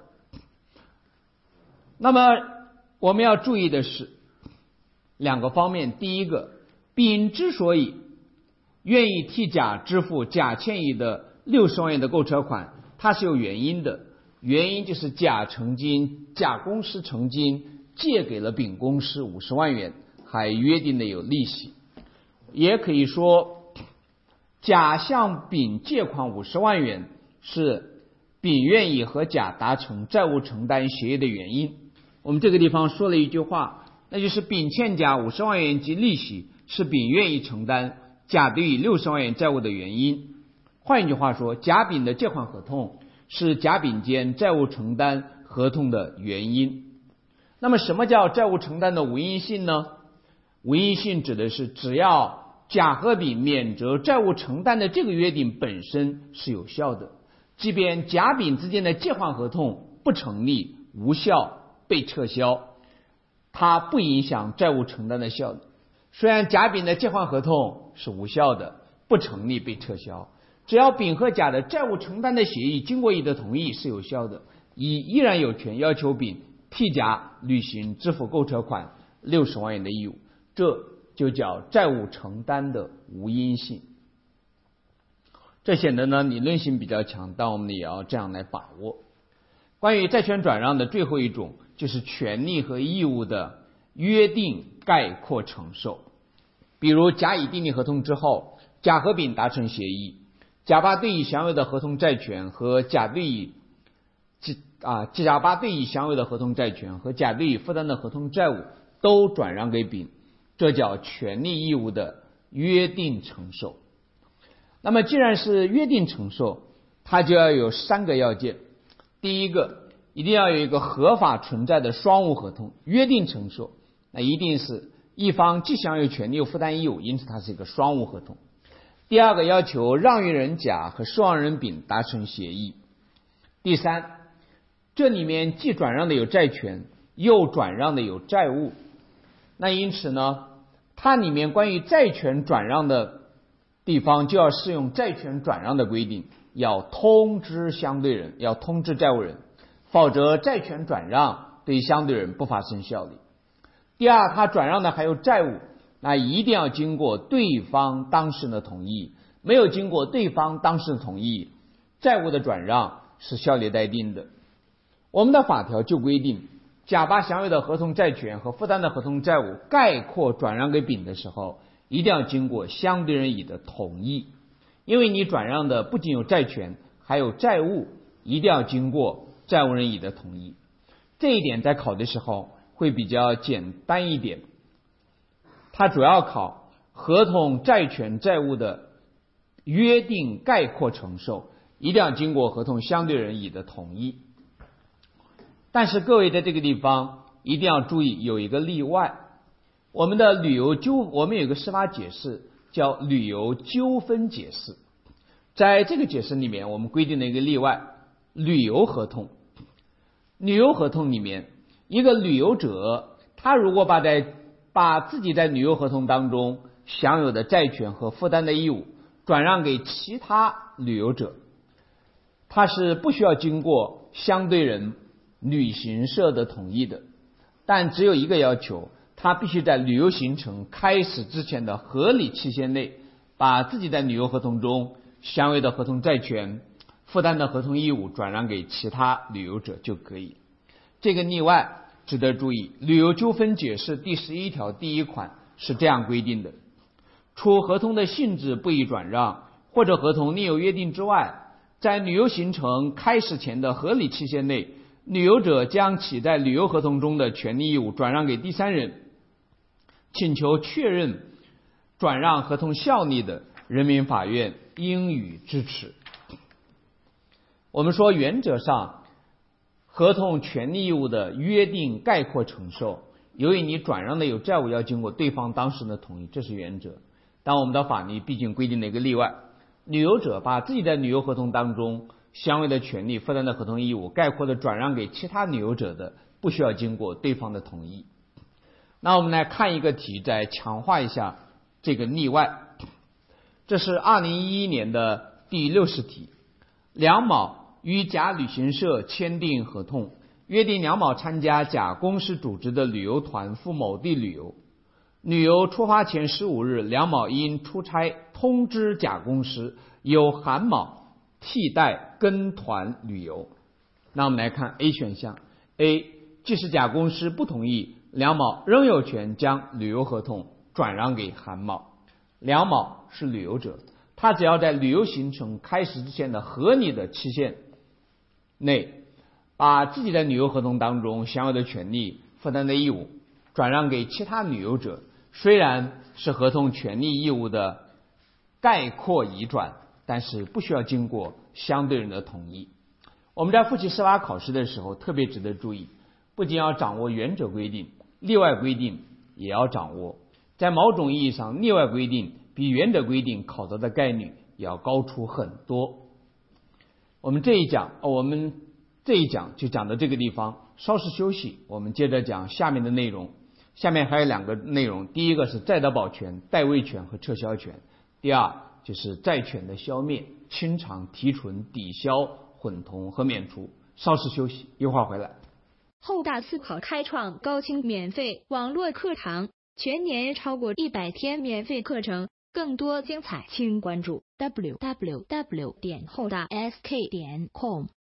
那么我们要注意的是两个方面，第一个，丙之所以愿意替甲支付甲欠乙的六十万元的购车款，它是有原因的，原因就是甲曾经甲公司曾经借给了丙公司五十万元，还约定的有利息。也可以说，甲向丙借款五十万元是丙愿意和甲达成债务承担协议的原因。我们这个地方说了一句话，那就是丙欠甲五十万元及利息是丙愿意承担甲对乙六十万元债务的原因。换一句话说，甲丙的借款合同是甲丙间债务承担合同的原因。那么什么叫债务承担的无因性呢？无因性指的是只要甲和丙免责债务承担的这个约定本身是有效的，即便甲丙之间的借换合同不成立、无效、被撤销，它不影响债务承担的效力。虽然甲丙的借换合同是无效的、不成立、被撤销，只要丙和甲的债务承担的协议经过乙的同意是有效的，乙依然有权要求丙替甲履行支付购车款六十万元的义务，这就叫债务承担的无因性。这显得呢理论性比较强，但我们也要这样来把握。关于债权转让的最后一种就是权利和义务的约定概括承受。比如甲乙订立合同之后，甲和丙达成协议，甲把对乙享有的合同债权和甲对乙啊，甲把对乙享有的合同债权和甲对乙负担的合同债务都转让给丙，这叫权利义务的约定承受。那么既然是约定承受，它就要有三个要件。第一个，一定要有一个合法存在的双务合同。约定承受那一定是一方既享有权利又负担义务，因此它是一个双务合同。第二个要求让与人甲和受让人丙达成协议。第三，这里面既转让的有债权，又转让的有债务，那因此呢，它里面关于债权转让的地方就要适用债权转让的规定，要通知相对人，要通知债务人，否则债权转让对相对人不发生效力。第二，他转让的还有债务，那一定要经过对方当事人的同意，没有经过对方当事人同意，债务的转让是效力待定的。我们的法条就规定，甲把享有的合同债权和负担的合同债务概括转让给丙的时候，一定要经过相对人乙的同意，因为你转让的不仅有债权，还有债务，一定要经过债务人乙的同意。这一点在考的时候会比较简单一点，它主要考合同债权债务的约定概括承受，一定要经过合同相对人乙的同意。但是各位在这个地方一定要注意有一个例外，我们的旅游纠我们有一个司法解释叫旅游纠纷解释，在这个解释里面我们规定了一个例外，旅游合同。旅游合同里面，一个旅游者他如果把在把自己在旅游合同当中享有的债权和负担的义务转让给其他旅游者，他是不需要经过相对人旅行社的同意的，但只有一个要求，他必须在旅游行程开始之前的合理期限内，把自己在旅游合同中享有的合同债权、负担的合同义务转让给其他旅游者就可以。这个例外值得注意，旅游纠纷解释第十一条第一款是这样规定的：除合同的性质不宜转让，或者合同另有约定之外，在旅游行程开始前的合理期限内，旅游者将其在旅游合同中的权利义务转让给第三人，请求确认转让合同效力的，人民法院应予支持。我们说原则上，合同权利义务的约定概括承受，由于你转让的有债务要经过对方当事人的同意，这是原则。但我们的法律毕竟规定了一个例外，旅游者把自己在旅游合同当中享有的权利、负担的合同义务概括的转让给其他旅游者的，不需要经过对方的同意。那我们来看一个题，再强化一下这个例外。这是二零一一年的第六十题。梁某与甲旅行社签订合同，约定梁某参加甲公司组织的旅游团赴某地旅游。旅游出发前十五日，梁某因出差通知甲公司，由韩某替代跟团旅游。那我们来看 A 选项。 A 即使甲公司不同意，梁某仍有权将旅游合同转让给韩某。梁某是旅游者，他只要在旅游行程开始之前的合理的期限内，把自己在旅游合同当中享有的权利、负担的义务转让给其他旅游者，虽然是合同权利义务的概括移转，但是不需要经过相对人的同意。 我们在复习司法考试的时候，特别值得注意，不仅要掌握原则规定，例外规定也要掌握。在某种意义上，例外规定比原则规定考得的概率也要高出很多。我们这一讲，哦，我们这一讲就讲到这个地方，稍事休息，我们接着讲下面的内容。下面还有两个内容，第一个是债德保全、代位权和撤销权，第二就是债权的消灭、清偿、提存、抵消、混同和免除。稍事休息，一会儿回来。 厚大思考开创高清免费网络课堂，全年超过一百天免费课程，更多精彩请关注 w w w 点厚大 s k 点 com。